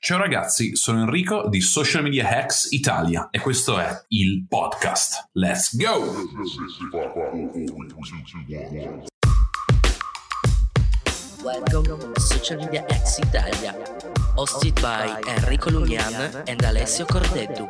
Ciao ragazzi, sono Enrico di Social Media Hacks Italia e questo è il podcast. Let's go! Welcome to Social Media Hacks Italia, hosted by Enrico Lugnan and Alessio Cordeddu.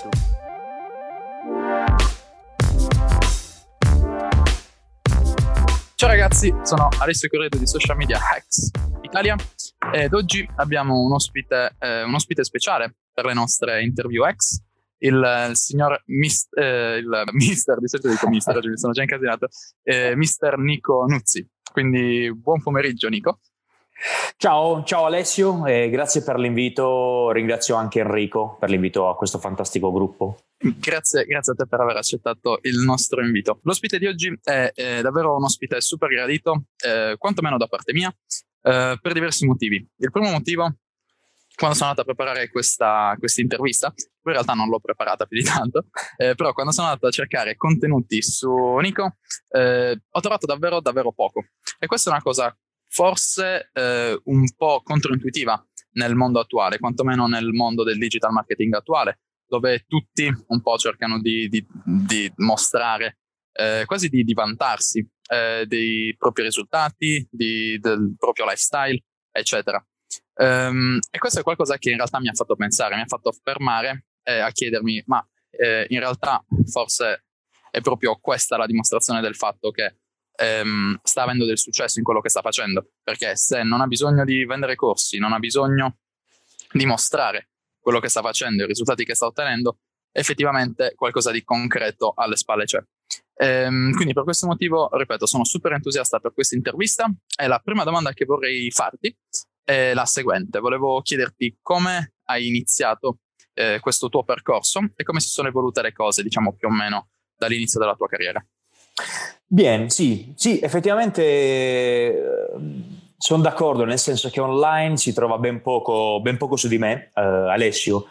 Ciao ragazzi, sono Alessio Corredo di Social Media Hacks Italia ed oggi abbiamo un ospite speciale per le nostre interview hacks, il signor il mister, di solito dico mister, oggi mi sono già incasinato, mister Nico Nuzzi. Quindi buon pomeriggio Nico. Ciao Alessio, grazie per l'invito, ringrazio anche Enrico per l'invito a questo fantastico gruppo. Grazie a te per aver accettato il nostro invito. L'ospite di oggi è davvero un ospite super gradito, quantomeno da parte mia, per diversi motivi. Il primo motivo, quando sono andato a preparare questa intervista, poi in realtà non l'ho preparata più di tanto, però quando sono andato a cercare contenuti su Nico ho trovato davvero poco, e questa è una cosa forse un po' controintuitiva nel mondo attuale, quantomeno nel mondo del digital marketing attuale, dove tutti un po' cercano di mostrare, quasi di vantarsi dei propri risultati, del proprio lifestyle, eccetera. E questo è qualcosa che in realtà mi ha fatto pensare, mi ha fatto fermare a chiedermi, ma in realtà forse è proprio questa la dimostrazione del fatto che sta avendo del successo in quello che sta facendo, perché se non ha bisogno di vendere corsi, non ha bisogno di mostrare quello che sta facendo, i risultati che sta ottenendo, effettivamente qualcosa di concreto alle spalle c'è. Quindi per questo motivo, ripeto, sono super entusiasta per questa intervista, e la prima domanda che vorrei farti è la seguente. Volevo chiederti come hai iniziato questo tuo percorso e come si sono evolute le cose, diciamo più o meno dall'inizio della tua carriera. Bien, sì, effettivamente sono d'accordo, nel senso che online si trova ben poco su di me, Alessio.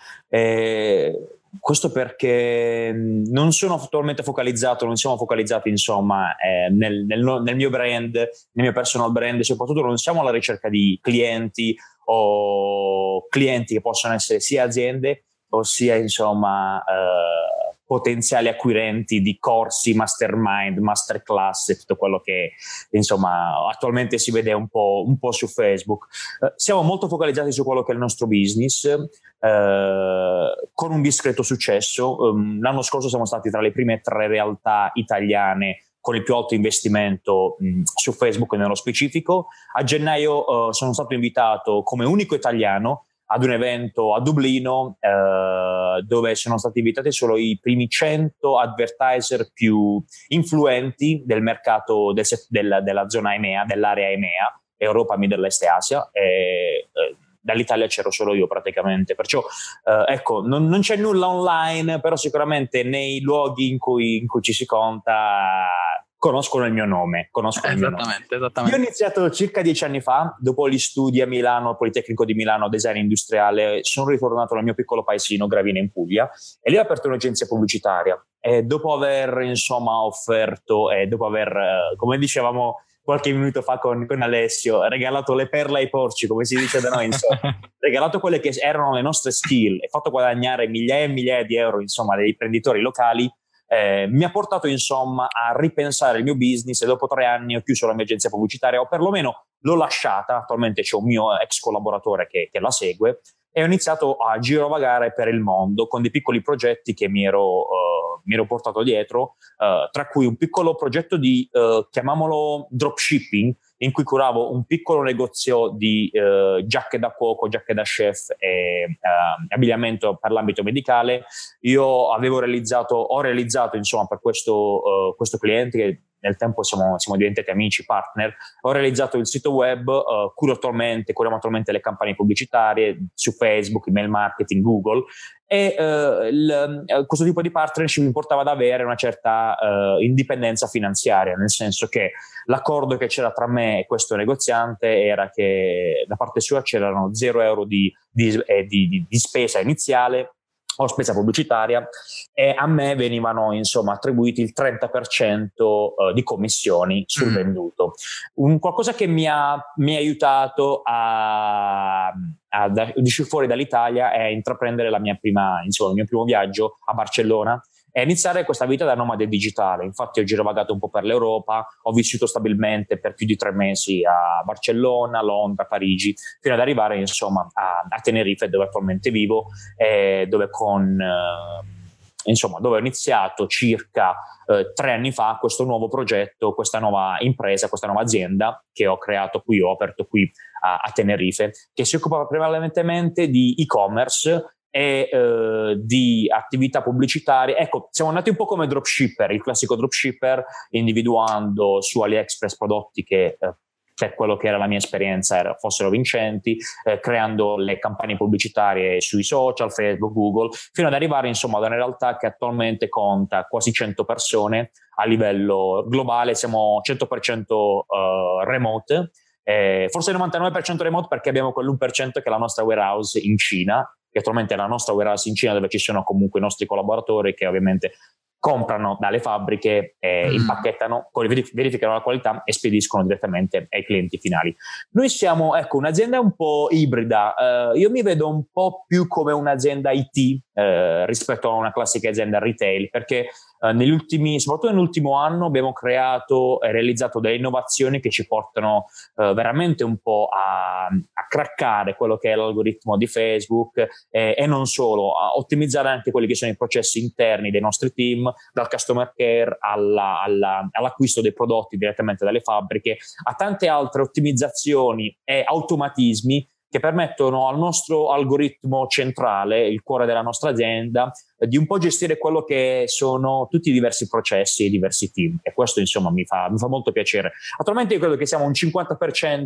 Questo perché non sono attualmente focalizzato, non siamo focalizzati insomma nel mio brand, nel mio personal brand, soprattutto non siamo alla ricerca di clienti o clienti che possono essere sia aziende o sia insomma potenziali acquirenti di corsi, mastermind, masterclass e tutto quello che insomma attualmente si vede un po' su Facebook. Siamo molto focalizzati su quello che è il nostro business, con un discreto successo. L'anno scorso siamo stati tra le prime 3 realtà italiane con il più alto investimento su Facebook nello specifico. A gennaio sono stato invitato come unico italiano ad un evento a Dublino, dove sono stati invitati solo i primi 100 advertiser più influenti del mercato della zona EMEA, dell'area EMEA, Europa, Middle East e Asia. Dall'Italia c'ero solo io praticamente, perciò ecco, non c'è nulla online, però sicuramente nei luoghi in cui ci si conta conoscono il mio nome. Esattamente. Io ho iniziato circa 10 anni fa, dopo gli studi a Milano, al Politecnico di Milano, design industriale, sono ritornato nel mio piccolo paesino, Gravina in Puglia, e lì ho aperto un'agenzia pubblicitaria. E dopo aver insomma offerto, e dopo aver, come dicevamo qualche minuto fa con Alessio, regalato le perle ai porci, come si dice da noi, insomma, regalato quelle che erano le nostre skill e fatto guadagnare migliaia e migliaia di euro insomma degli imprenditori locali, mi ha portato insomma a ripensare il mio business, e dopo 3 anni ho chiuso la mia agenzia pubblicitaria, o perlomeno l'ho lasciata. Attualmente c'è un mio ex collaboratore che la segue, e ho iniziato a girovagare per il mondo con dei piccoli progetti che mi ero portato dietro, tra cui un piccolo progetto di, chiamiamolo dropshipping, in cui curavo un piccolo negozio di giacche da cuoco, giacche da chef e abbigliamento per l'ambito medicale. Io ho realizzato insomma per questo cliente, che nel tempo siamo diventati amici, partner. Ho realizzato il sito web, curiamo attualmente le campagne pubblicitarie su Facebook, email marketing, Google, e questo tipo di partnership mi portava ad avere una certa indipendenza finanziaria, nel senso che l'accordo che c'era tra me e questo negoziante era che da parte sua c'erano 0 euro di spesa iniziale o spesa pubblicitaria, e a me venivano insomma attribuiti il 30% di commissioni sul venduto. Qualcosa che mi ha aiutato a ad uscire fuori dall'Italia e intraprendere il mio primo viaggio a Barcellona e iniziare questa vita da nomade digitale. Infatti ho girovagato un po' per l'Europa, ho vissuto stabilmente per più di 3 mesi a Barcellona, Londra, Parigi, fino ad arrivare insomma a Tenerife, dove attualmente vivo, dove dove ho iniziato circa 3 anni fa questo nuovo progetto, questa nuova impresa, questa nuova azienda che ho creato qui, ho aperto qui a Tenerife, che si occupa prevalentemente di e-commerce e di attività pubblicitarie. Ecco, siamo nati un po' come dropshipper, il classico dropshipper, individuando su AliExpress prodotti che per quello che era la mia esperienza fossero vincenti, creando le campagne pubblicitarie sui social, Facebook, Google, fino ad arrivare insomma ad una realtà che attualmente conta quasi 100 persone a livello globale. Siamo 100% remote, forse il 99% remote, perché abbiamo quell'1% che è la nostra warehouse in Cina, che attualmente è la nostra warehouse in Cina, dove ci sono comunque i nostri collaboratori che ovviamente comprano dalle fabbriche, impacchettano, poi verificano la qualità e spediscono direttamente ai clienti finali. Noi siamo un'azienda un po' ibrida, io mi vedo un po' più come un'azienda IT rispetto a una classica azienda retail, perché soprattutto nell'ultimo anno abbiamo creato e realizzato delle innovazioni che ci portano veramente un po' a craccare quello che è l'algoritmo di Facebook e non solo, a ottimizzare anche quelli che sono i processi interni dei nostri team, dal customer care all'acquisto dei prodotti direttamente dalle fabbriche, a tante altre ottimizzazioni e automatismi che permettono al nostro algoritmo centrale, il cuore della nostra azienda, di un po' gestire quello che sono tutti i diversi processi e i diversi team, e questo insomma mi fa molto piacere. Attualmente io credo che siamo un 50%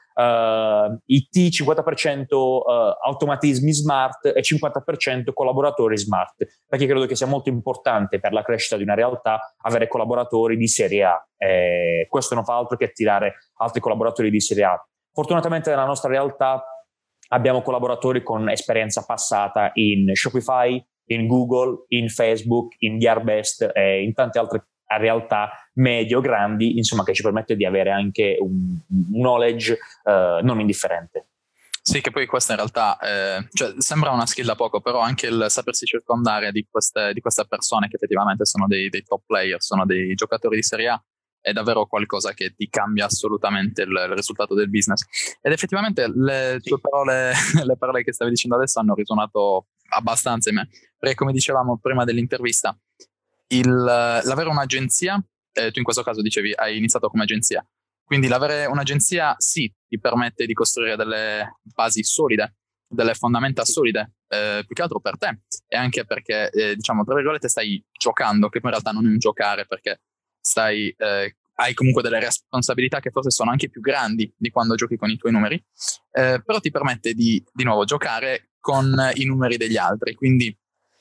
IT, 50% automatismi smart e 50% collaboratori smart, perché credo che sia molto importante per la crescita di una realtà avere collaboratori di serie A. Questo non fa altro che attirare altri collaboratori di serie A. Fortunatamente nella nostra realtà abbiamo collaboratori con esperienza passata in Shopify, in Google, in Facebook, in Gearbest e in tante altre realtà medio-grandi, insomma, che ci permette di avere anche un knowledge non indifferente. Sì, che poi questa in realtà sembra una skill da poco, però anche il sapersi circondare di queste persone che effettivamente sono dei top player, sono dei giocatori di Serie A, è davvero qualcosa che ti cambia assolutamente il risultato del business. Ed effettivamente le tue parole, le parole che stavi dicendo adesso hanno risuonato abbastanza in me, perché come dicevamo prima dell'intervista, l'avere un'agenzia, tu in questo caso dicevi hai iniziato come agenzia, quindi l'avere un'agenzia sì ti permette di costruire delle basi solide, delle fondamenta solide, più che altro per te, e anche perché diciamo tra virgolette stai giocando, che poi in realtà non è un giocare, perché hai comunque delle responsabilità che forse sono anche più grandi di quando giochi con i tuoi numeri, però ti permette di nuovo giocare con i numeri degli altri, quindi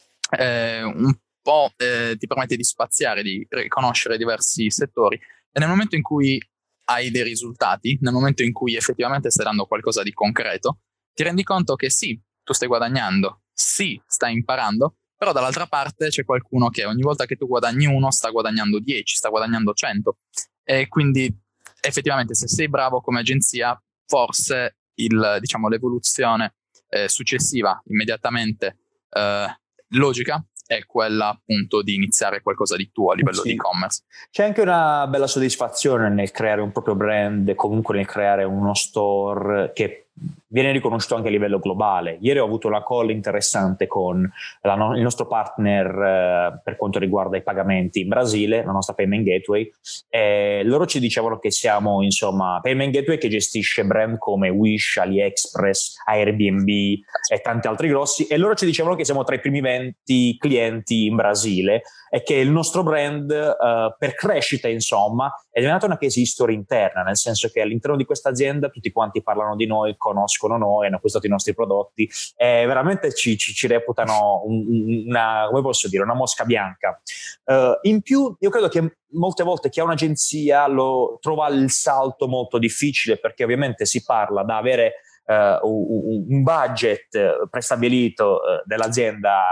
un po' ti permette di spaziare, di riconoscere diversi settori, e nel momento in cui hai dei risultati, nel momento in cui effettivamente stai dando qualcosa di concreto, ti rendi conto che sì, tu stai guadagnando, sì, stai imparando, però dall'altra parte c'è qualcuno che ogni volta che tu guadagni 1 sta guadagnando 10, sta guadagnando 100, e quindi effettivamente se sei bravo come agenzia, forse l'evoluzione successiva, immediatamente logica, è quella appunto di iniziare qualcosa di tuo a livello di e-commerce. C'è anche una bella soddisfazione nel creare un proprio brand, comunque nel creare uno store che viene riconosciuto anche a livello globale. Ieri ho avuto una call interessante con il nostro partner per quanto riguarda i pagamenti in Brasile, la nostra Payment Gateway, e loro ci dicevano che siamo insomma Payment Gateway che gestisce brand come Wish, AliExpress, Airbnb e tanti altri grossi, e loro ci dicevano che siamo tra i primi 20 clienti in Brasile e che il nostro brand per crescita insomma è diventata una case history interna, nel senso che all'interno di questa azienda tutti quanti parlano di noi, conoscono noi, hanno acquistato i nostri prodotti e veramente ci reputano una mosca bianca. In più io credo che molte volte chi ha un'agenzia lo trova il salto molto difficile, perché ovviamente si parla da avere un budget prestabilito dell'azienda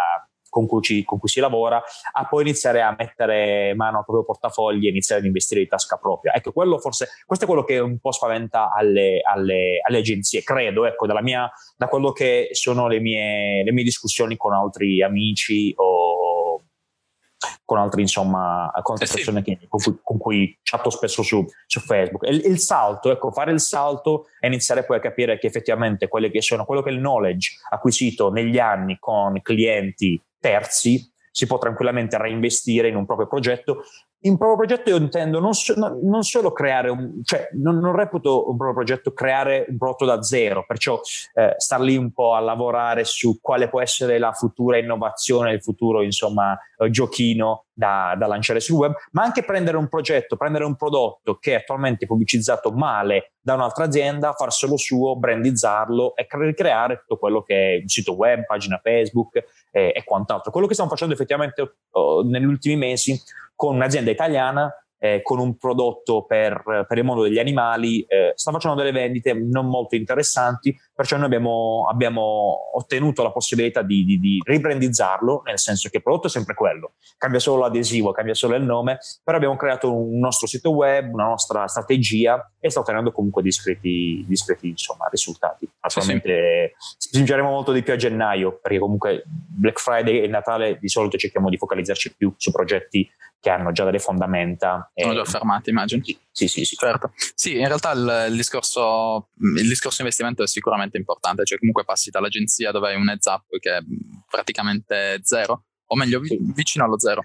con cui si lavora, a poi iniziare a mettere mano al proprio portafoglio e iniziare ad investire di tasca propria. Ecco, questo è quello che un po' spaventa alle agenzie, credo, ecco, da quello che sono le mie discussioni con altri amici o con altri, insomma, con altre persone con cui chatto spesso su Facebook. Il salto, ecco, fare il salto e iniziare poi a capire che effettivamente quello che è il knowledge acquisito negli anni con clienti terzi si può tranquillamente reinvestire in un proprio progetto. In proprio progetto io intendo non solo creare non reputo un proprio progetto creare un prodotto da zero, perciò star lì un po' a lavorare su quale può essere la futura innovazione, il futuro, insomma, giochino da lanciare sul web, ma anche prendere un prodotto che è attualmente pubblicizzato male da un'altra azienda, farselo suo, brandizzarlo e ricreare tutto quello che è il sito web, pagina Facebook e quant'altro. Quello che stiamo facendo effettivamente negli ultimi mesi con un'azienda italiana, con un prodotto per il mondo degli animali, sta facendo delle vendite non molto interessanti, perciò noi abbiamo ottenuto la possibilità di ribrandizzarlo, nel senso che il prodotto è sempre quello, cambia solo l'adesivo, cambia solo il nome, però abbiamo creato un nostro sito web, una nostra strategia e sta ottenendo comunque discreti insomma, risultati. Naturalmente spingeremo molto di più a gennaio, perché comunque Black Friday e Natale di solito cerchiamo di focalizzarci più su progetti che hanno già delle fondamenta. Sono già fermati, immagino. Sì. Certo. Sì, in realtà il discorso investimento è sicuramente importante, cioè comunque passi dall'agenzia dove hai un heads up che è praticamente zero, o meglio vicino allo zero,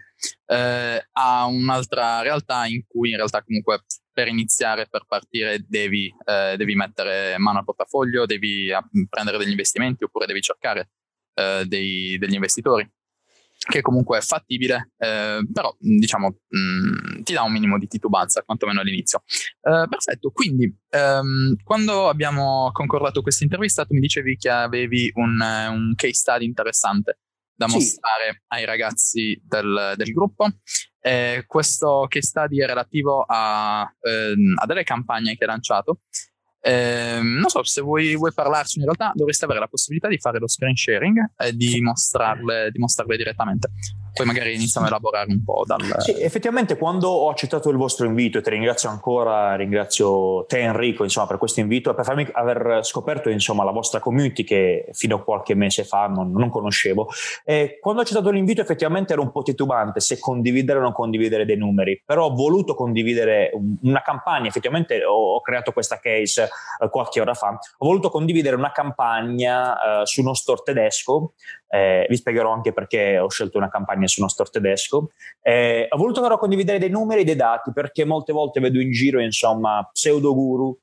a un'altra realtà in cui in realtà comunque per iniziare, per partire devi mettere mano al portafoglio, devi prendere degli investimenti oppure devi cercare degli investitori, che comunque è fattibile, però diciamo ti dà un minimo di titubanza, quantomeno all'inizio. Perfetto, quindi quando abbiamo concordato questa intervista tu mi dicevi che avevi un case study interessante da mostrare ai ragazzi del gruppo. Questo case study è relativo a delle campagne che hai lanciato. Non so se vuoi parlarci, in realtà dovresti avere la possibilità di fare lo screen sharing e di mostrarle direttamente. Poi magari iniziamo a elaborare un po' Sì, effettivamente quando ho accettato il vostro invito, e ti ringrazio te Enrico, insomma, per questo invito e per farmi aver scoperto, insomma, la vostra community che fino a qualche mese fa non conoscevo, e quando ho accettato l'invito effettivamente ero un po' titubante se condividere o non condividere dei numeri, però ho voluto condividere una campagna. Effettivamente ho creato questa case qualche ora fa, ho voluto condividere una campagna su uno store tedesco. Vi spiegherò anche perché ho scelto una campagna su uno store tedesco. Ho voluto però condividere dei numeri e dei dati, perché molte volte vedo in giro, insomma, pseudo guru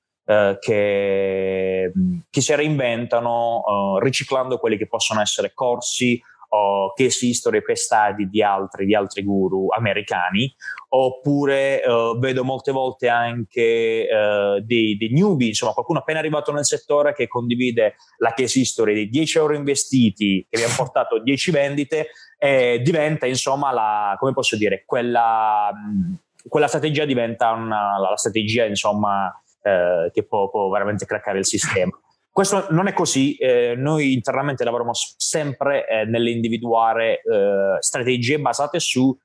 che si reinventano riciclando quelli che possono essere corsi o case history e case study di altri guru americani, oppure vedo molte volte anche dei newbie, insomma qualcuno appena arrivato nel settore che condivide la case history dei 10 euro investiti che vi hanno portato 10 vendite, e diventa, insomma, come posso dire, quella strategia diventa la strategia, insomma, che può veramente craccare il sistema. Questo non è così, noi internamente lavoriamo sempre nell'individuare strategie basate su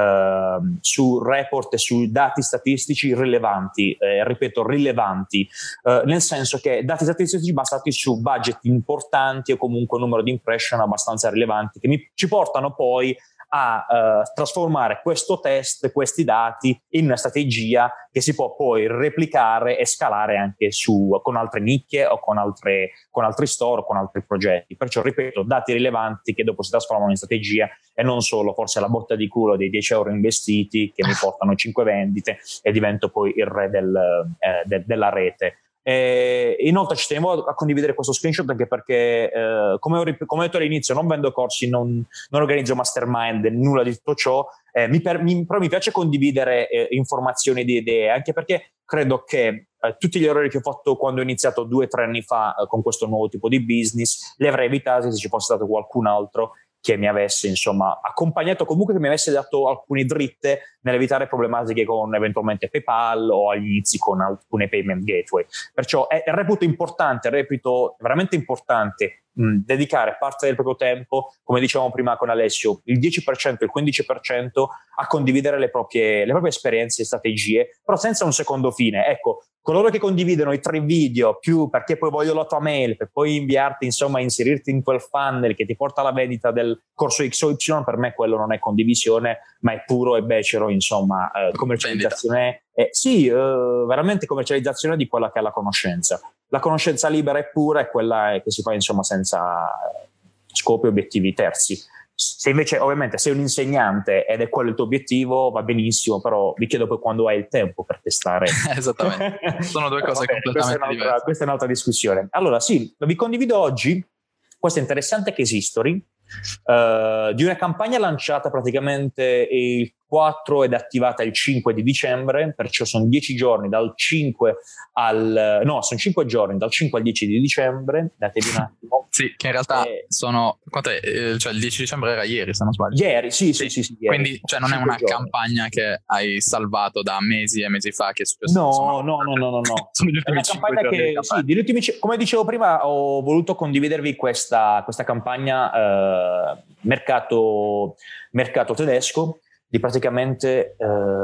report e su dati statistici rilevanti, ripeto rilevanti, nel senso che dati statistici basati su budget importanti o comunque un numero di impression abbastanza rilevanti che ci portano poi a trasformare questi dati in una strategia che si può poi replicare e scalare anche con altre nicchie o con altri store o con altri progetti. Perciò, ripeto, dati rilevanti che dopo si trasformano in strategia e non solo forse la botta di culo dei 10 euro investiti che mi portano 5 vendite e divento poi il re della rete. Inoltre ci tenevo a condividere questo screenshot anche perché come ho detto all'inizio, non vendo corsi, non organizzo mastermind, nulla di tutto ciò, però mi piace condividere informazioni e idee, anche perché credo che tutti gli errori che ho fatto quando ho iniziato 2 o 3 anni fa con questo nuovo tipo di business li avrei evitati se ci fosse stato qualcun altro che mi avesse, insomma, accompagnato, comunque che mi avesse dato alcune dritte nell'evitare problematiche con eventualmente PayPal o agli inizi con alcune payment gateway. Perciò reputo veramente importante dedicare parte del proprio tempo, come dicevamo prima con Alessio, il 10%, il 15% a condividere le proprie esperienze e strategie, però senza un secondo fine. Ecco, coloro che condividono i 3 video più perché poi voglio la tua mail, per poi inviarti, insomma, inserirti in quel funnel che ti porta alla vendita del corso X o Y, per me quello non è condivisione, ma è puro e becero, insomma, commercializzazione. Sì, veramente commercializzazione di quella che è la conoscenza. La conoscenza libera e pura è quella che si fa, insomma, senza scopi e obiettivi terzi. Se invece, ovviamente, sei un insegnante ed è quello il tuo obiettivo, va benissimo, però vi chiedo poi quando hai il tempo per testare. Esattamente, sono due cose completamente diverse. Questa è un'altra discussione. Allora, sì, vi condivido oggi questa interessante case history di una campagna lanciata praticamente il 4 ed attivata il 5 di dicembre, perciò sono 10 giorni dal 5 sono 5 giorni dal 5 al 10 di dicembre, datevi un attimo. Sì, che in realtà sono, cioè il 10 dicembre era ieri, se non sbaglio. Ieri, sì. Ieri. Quindi, cioè, non è una campagna che hai salvato da mesi e mesi fa, che è successo. No. Sono gli ultimi 5 giorni. Come dicevo prima, ho voluto condividervi questa campagna mercato tedesco di praticamente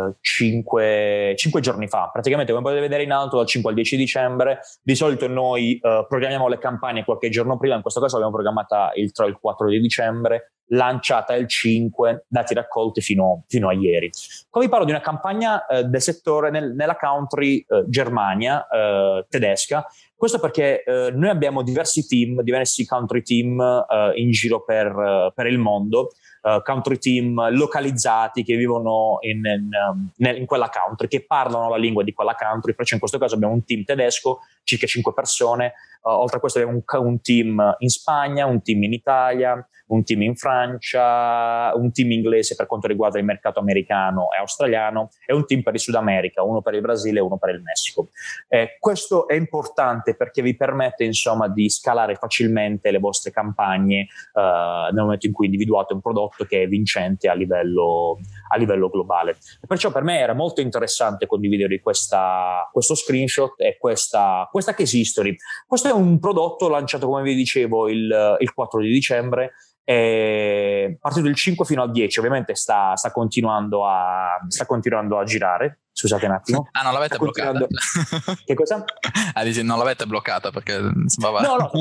5 giorni fa. Praticamente, come potete vedere in alto, dal 5 al 10 dicembre. Di solito noi programmiamo le campagne qualche giorno prima, in questo caso l'abbiamo programmata il 3 o il 4 di dicembre, lanciata il 5, dati raccolti fino a ieri. Qua vi parlo di una campagna del settore nella country Germania tedesca. Questo perché noi abbiamo diversi country team in giro per il mondo, country team localizzati che vivono in quella country, che parlano la lingua di quella country. Perciò in questo caso abbiamo un team tedesco, circa 5 persone, oltre a questo abbiamo un team in Spagna, un team in Italia, un team in Francia, un team inglese per quanto riguarda il mercato americano e australiano, e un team per il Sud America, uno per il Brasile e uno per il Messico. Questo è importante perché vi permette, insomma, di scalare facilmente le vostre campagne nel momento in cui individuate un prodotto che è vincente a livello globale. E perciò per me era molto interessante condividervi questo screenshot e questa case history. Questo è un prodotto lanciato, come vi dicevo, il 4 di dicembre, è partito il 5 fino al 10, ovviamente sta continuando a girare. Scusate un attimo. Non l'avete bloccata? Che cosa? Dici, non l'avete bloccata perché sembrava... No.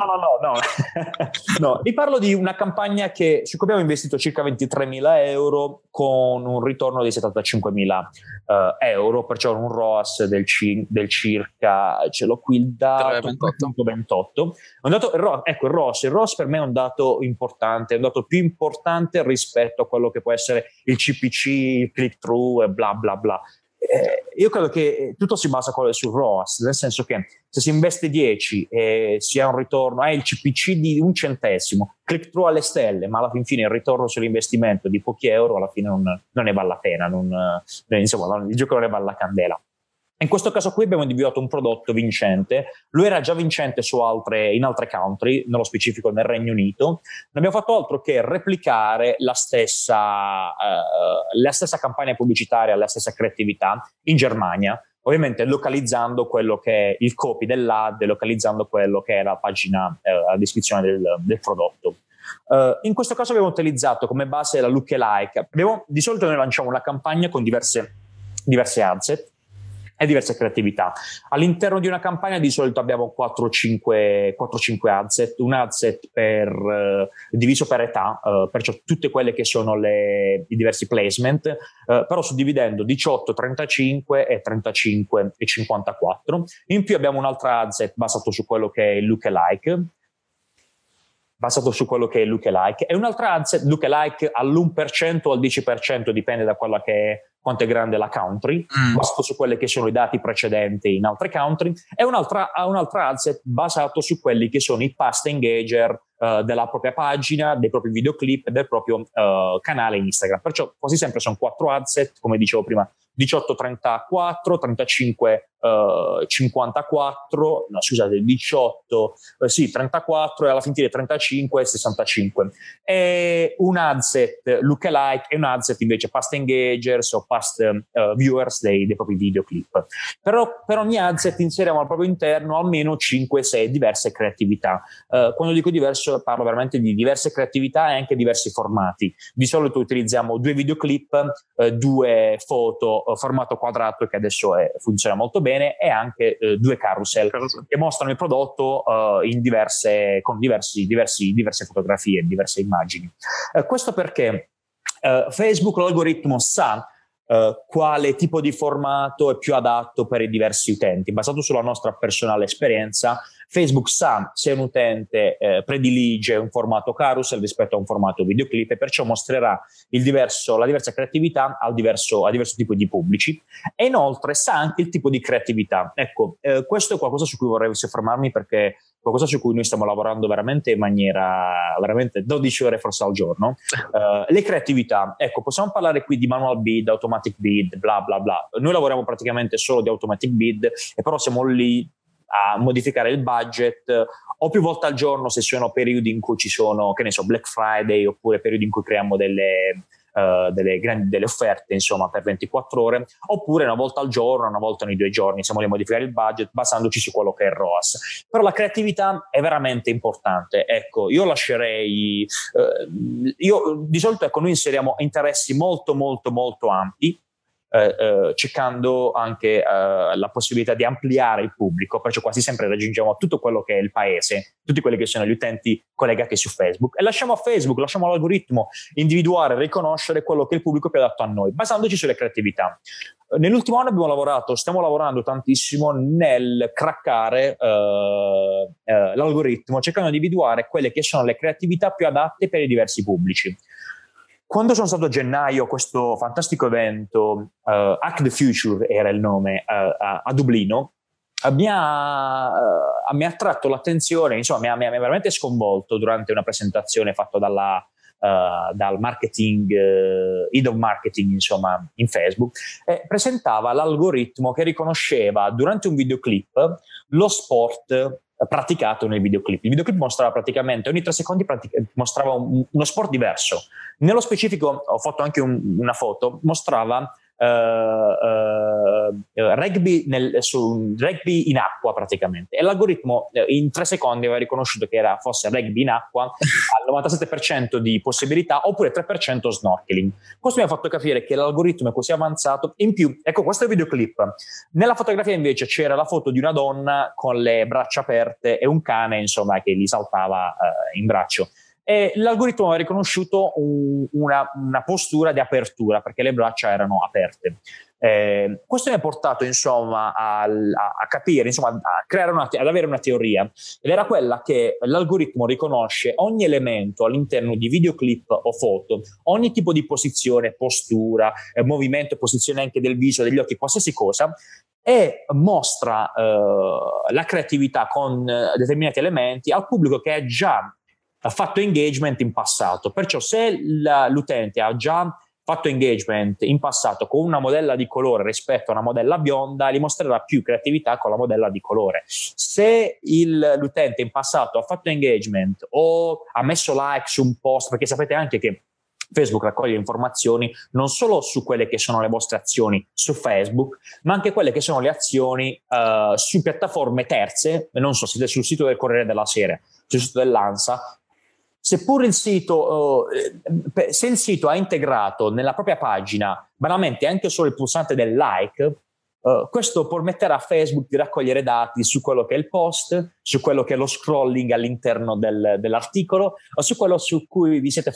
No, vi parlo di una campagna su cui abbiamo investito circa 23.000 euro con un ritorno di 75.000 euro, perciò un ROAS del circa, ce l'ho qui il dato 28. Ecco, il ROAS per me è un dato importante, è un dato più importante rispetto a quello che può essere il CPC, il click-through e bla bla bla. Io credo che tutto si basa sul ROAS, nel senso che se si investe 10 e si ha un ritorno, il CPC di 1 centesimo, click-through alle stelle, ma alla fine il ritorno sull'investimento di pochi euro, alla fine non ne vale la pena, insomma, il gioco non ne vale la candela. In questo caso qui abbiamo individuato un prodotto vincente. Lui era già vincente in altre country, nello specifico nel Regno Unito. Non abbiamo fatto altro che replicare la stessa campagna pubblicitaria, la stessa creatività in Germania, ovviamente localizzando quello che è il copy dell'ad, localizzando quello che è la pagina, la descrizione del prodotto. In questo caso abbiamo utilizzato come base la lookalike. Di solito noi lanciamo una campagna con diverse adset e diverse creatività. All'interno di una campagna di solito abbiamo 4-5 adset, un adset diviso per età, perciò tutte quelle che sono i diversi placement, però suddividendo 18, 35 e 35 e 54. In più abbiamo un'altra adset basato su quello che è il lookalike, e un'altra adset lookalike all'1% o al 10%, dipende da quella che è, quanto è grande la country, basato su quelli che sono i dati precedenti in altre country, e un'altra adset basato su quelli che sono i past engager della propria pagina, dei propri videoclip, del proprio canale Instagram. Perciò quasi sempre sono 4 ad set, come dicevo prima, 18-34, 35-54, no scusate, 34 e alla fine 35-65. E un ad set lookalike e un ad set invece past engagers o past viewers dei propri videoclip. Però per ogni ad set inseriamo al proprio interno almeno 5-6 diverse creatività. Quando dico diverso parlo veramente di diverse creatività e anche diversi formati. Di solito utilizziamo 2 videoclip, 2 foto formato quadrato che adesso funziona molto bene, e anche 2 carousel che mostrano il prodotto con diverse fotografie, diverse immagini. Questo perché Facebook, l'algoritmo, sa quale tipo di formato è più adatto per i diversi utenti. Basato sulla nostra personale esperienza, Facebook sa se un utente predilige un formato carousel rispetto a un formato videoclip, e perciò mostrerà la diversa creatività a diverso tipo di pubblici, e inoltre sa anche il tipo di creatività. Ecco, questo è qualcosa su cui vorrei soffermarmi, perché qualcosa su cui noi stiamo lavorando veramente in maniera 12 ore forse al giorno. Le creatività, ecco, possiamo parlare qui di manual bid, automatic bid, bla bla bla. Noi lavoriamo praticamente solo di automatic bid, e però siamo lì a modificare il budget o più volte al giorno se sono periodi in cui ci sono, che ne so, Black Friday, oppure periodi in cui creiamo delle offerte, insomma, per 24 ore, oppure una volta al giorno, una volta ogni 2 giorni siamo lì a modificare il budget basandoci su quello che è il ROAS. Però la creatività è veramente importante. Ecco, io lascerei di solito, ecco, noi inseriamo interessi molto molto molto ampi, cercando anche la possibilità di ampliare il pubblico, perciò quasi sempre raggiungiamo tutto quello che è il paese, tutti quelli che sono gli utenti collegati su Facebook, e lasciamo a Facebook, lasciamo all'algoritmo individuare e riconoscere quello che è il pubblico più adatto a noi, basandoci sulle creatività. Nell'ultimo anno stiamo lavorando tantissimo nel craccare l'algoritmo, cercando di individuare quelle che sono le creatività più adatte per i diversi pubblici. Quando sono stato a gennaio a questo fantastico evento, Hack the Future era il nome, a Dublino, mi ha attratto l'attenzione, insomma mi ha veramente sconvolto durante una presentazione fatta dal marketing, head of marketing, insomma, in Facebook, presentava l'algoritmo che riconosceva durante un videoclip lo sport praticato nel videoclip. Il videoclip mostrava praticamente ogni 3 secondi mostrava uno sport diverso. Nello specifico ho fatto anche una foto, mostrava rugby in acqua praticamente, e l'algoritmo in 3 secondi aveva riconosciuto che fosse rugby in acqua al 97% di possibilità, oppure 3% snorkeling. Questo mi ha fatto capire che l'algoritmo è così avanzato. In più, ecco, questo è il videoclip. Nella fotografia invece c'era la foto di una donna con le braccia aperte e un cane, insomma, che gli saltava in braccio. E l'algoritmo aveva riconosciuto una postura di apertura, perché le braccia erano aperte. Questo mi ha portato, insomma, a capire, insomma, ad avere una teoria, ed era quella che l'algoritmo riconosce ogni elemento all'interno di videoclip o foto, ogni tipo di posizione, postura, movimento e posizione anche del viso, degli occhi, qualsiasi cosa, e mostra la creatività con determinati elementi al pubblico che ha già fatto engagement in passato. Perciò se l'utente ha già fatto engagement in passato con una modella di colore rispetto a una modella bionda, gli mostrerà più creatività con la modella di colore. Se l'utente in passato ha fatto engagement o ha messo like su un post, perché sapete anche che Facebook raccoglie informazioni non solo su quelle che sono le vostre azioni su Facebook, ma anche quelle che sono le azioni su piattaforme terze. Non so, siete sul sito del Corriere della Sera, sul sito dell'ANSA. Seppur se il sito ha integrato nella propria pagina banalmente anche solo il pulsante del like, questo permetterà a Facebook di raccogliere dati su quello che è il post, su quello che è lo scrolling all'interno dell'articolo, o su quello su cui vi siete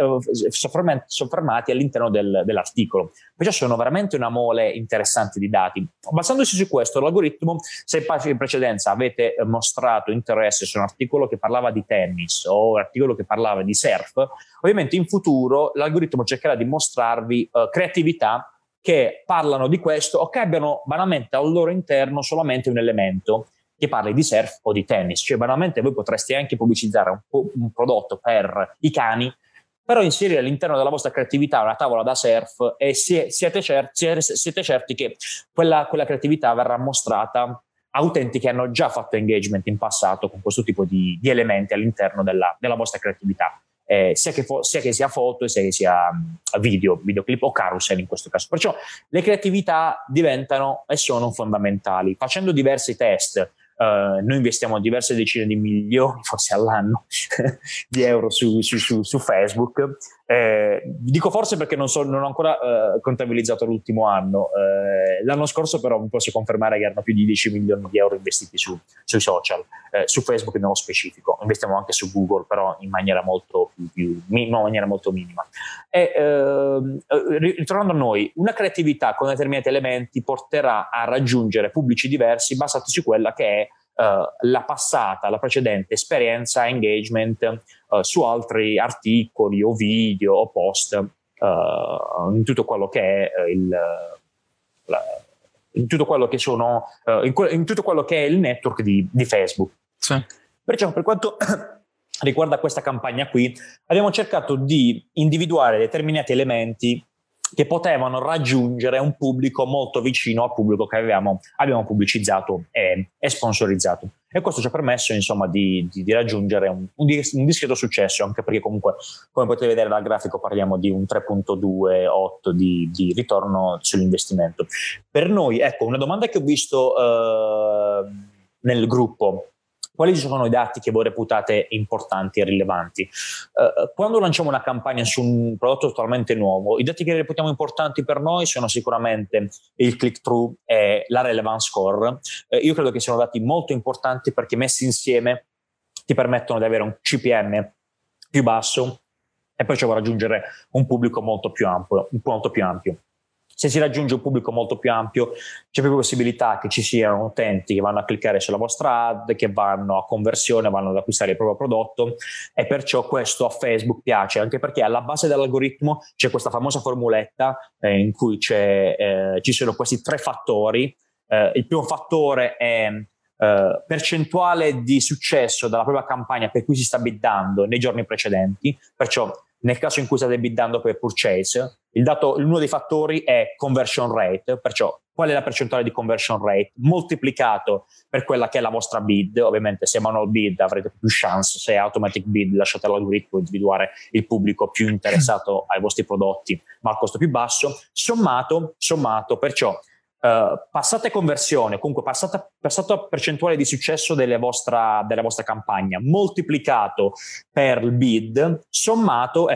soffermati all'interno dell'articolo. Perciò sono veramente una mole interessante di dati. Basandosi su questo, l'algoritmo, se in precedenza avete mostrato interesse su un articolo che parlava di tennis o un articolo che parlava di surf, ovviamente in futuro l'algoritmo cercherà di mostrarvi creatività che parlano di questo, o che abbiano banalmente al loro interno solamente un elemento che parli di surf o di tennis. Cioè banalmente voi potreste anche pubblicizzare un prodotto per i cani, però inserire all'interno della vostra creatività una tavola da surf e siete certi che quella creatività verrà mostrata a utenti che hanno già fatto engagement in passato con questo tipo di elementi all'interno della vostra creatività. Sia che sia foto, sia che sia videoclip o carousel in questo caso. Perciò le creatività diventano e sono fondamentali. Facendo diversi test, noi investiamo diverse decine di milioni, forse all'anno, di euro su Facebook. Dico forse perché non ho ancora contabilizzato l'ultimo anno. L'anno scorso però vi posso confermare che erano più di 10 milioni di euro investiti sui social, su Facebook nello specifico. Investiamo anche su Google, però in maniera molto minima. Ritornando a noi, una creatività con determinati elementi porterà a raggiungere pubblici diversi basati su quella che è la precedente esperienza, engagement su altri articoli o video o post, in tutto quello che è in tutto quello che sono in tutto quello che è il network di Facebook. Sì. Perciò per quanto riguarda questa campagna qui, abbiamo cercato di individuare determinati elementi che potevano raggiungere un pubblico molto vicino al pubblico che abbiamo pubblicizzato e sponsorizzato, e questo ci ha permesso insomma di raggiungere un discreto successo, anche perché comunque, come potete vedere dal grafico, parliamo di un 3.28 di ritorno sull'investimento. Per noi, ecco, una domanda che ho visto nel gruppo: quali sono i dati che voi reputate importanti e rilevanti? Quando lanciamo una campagna su un prodotto totalmente nuovo, i dati che reputiamo importanti per noi sono sicuramente il click-through e la relevance score. Io credo che siano dati molto importanti perché messi insieme ti permettono di avere un CPM più basso e perciò raggiungere un pubblico molto più ampio. Se si raggiunge un pubblico molto più ampio, c'è più possibilità che ci siano utenti che vanno a cliccare sulla vostra ad, che vanno a conversione, vanno ad acquistare il proprio prodotto, e perciò questo a Facebook piace, anche perché alla base dell'algoritmo c'è questa famosa formuletta in cui ci sono questi 3 fattori. Il primo fattore è percentuale di successo della propria campagna per cui si sta biddando nei giorni precedenti, perciò nel caso in cui state biddando per purchase, uno dei fattori è conversion rate, perciò qual è la percentuale di conversion rate moltiplicato per quella che è la vostra bid. Ovviamente se è manual bid avrete più chance, se è automatic bid lasciate all'algoritmo individuare il pubblico più interessato ai vostri prodotti ma al costo più basso, sommato perciò passate conversione, comunque passata percentuale di successo della vostra campagna moltiplicato per il bid, sommato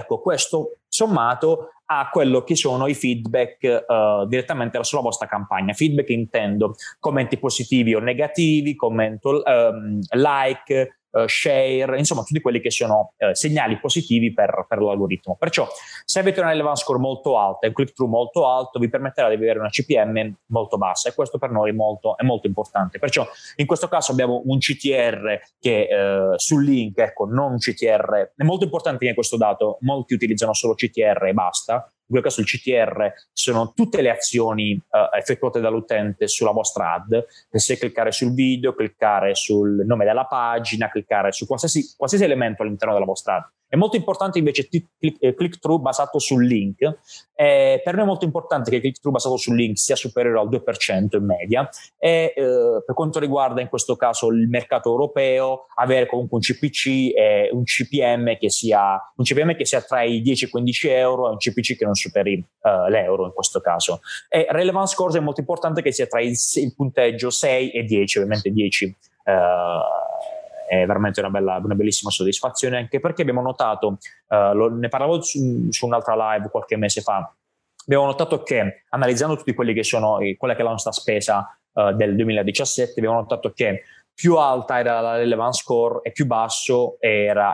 a quello che sono i feedback direttamente sulla vostra campagna. Feedback intendo commenti positivi o negativi, commento like, share, insomma tutti quelli che sono segnali positivi per l'algoritmo. Perciò se avete una relevance score molto alta e un click through molto alto vi permetterà di avere una CPM molto bassa, e questo per noi è molto importante. Perciò in questo caso abbiamo un CTR che sul link, ecco, non un CTR, è molto importante che questo dato, molti utilizzano solo CTR e basta. In quel caso il CTR sono tutte le azioni effettuate dall'utente sulla vostra ad, se cliccare sul video, cliccare sul nome della pagina, cliccare su qualsiasi elemento all'interno della vostra ad. È molto importante invece click-through basato sul link. Per noi è molto importante che il click-through basato sul link sia superiore al 2% in media, e per quanto riguarda in questo caso il mercato europeo, avere comunque un CPC e un CPM che sia tra i 10 e i 15 euro e un CPC che non superi l'euro in questo caso. E relevance scores è molto importante che sia tra il punteggio 6 e 10, ovviamente 10 è veramente una bellissima soddisfazione, anche perché abbiamo notato, ne parlavo su un'altra live qualche mese fa, abbiamo notato che analizzando tutti quelli che sono quella che è la nostra spesa del 2017, abbiamo notato che più alta era la relevance score e più basso era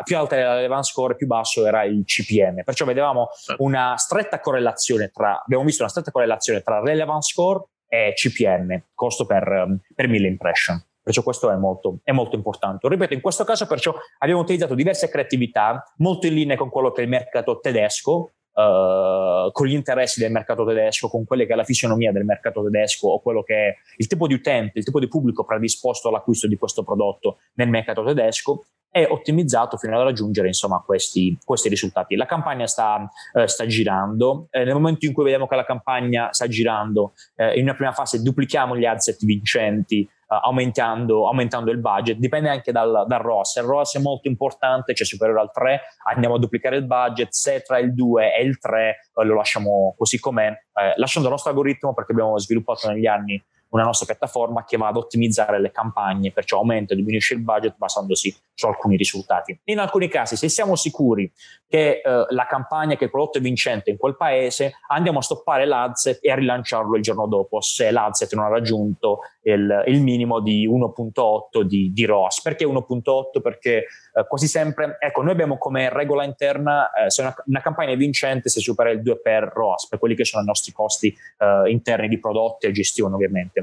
il CPM. Perciò abbiamo visto una stretta correlazione tra relevance score e CPM, costo per 1000 impression. Perciò questo è molto importante. Ripeto, in questo caso perciò abbiamo utilizzato diverse creatività molto in linea con quello che è il mercato tedesco, con gli interessi del mercato tedesco, con quella che è la fisionomia del mercato tedesco o quello che è il tipo di utente, il tipo di pubblico predisposto all'acquisto di questo prodotto nel mercato tedesco, è ottimizzato fino ad raggiungere insomma questi risultati. La campagna sta girando, nel momento in cui vediamo che la campagna sta girando, in una prima fase duplichiamo gli adset vincenti, aumentando il budget. Dipende anche dal ROAS. Il ROAS è molto importante, cioè superiore al 3 andiamo a duplicare il budget, se tra il 2 e il 3 lo lasciamo così com'è, lasciando il nostro algoritmo, perché abbiamo sviluppato negli anni una nostra piattaforma che va ad ottimizzare le campagne, perciò aumenta e diminuisce il budget basandosi su alcuni risultati. In alcuni casi, se siamo sicuri che la campagna, che il prodotto è vincente in quel paese, andiamo a stoppare l'adset e a rilanciarlo il giorno dopo, se l'adset non ha raggiunto il minimo di 1.8 di ROAS. Perché 1.8? Perché quasi sempre, ecco, noi abbiamo come regola interna, se una campagna è vincente se supera il 2 per ROAS, per quelli che sono i nostri costi interni di prodotti e gestione, ovviamente.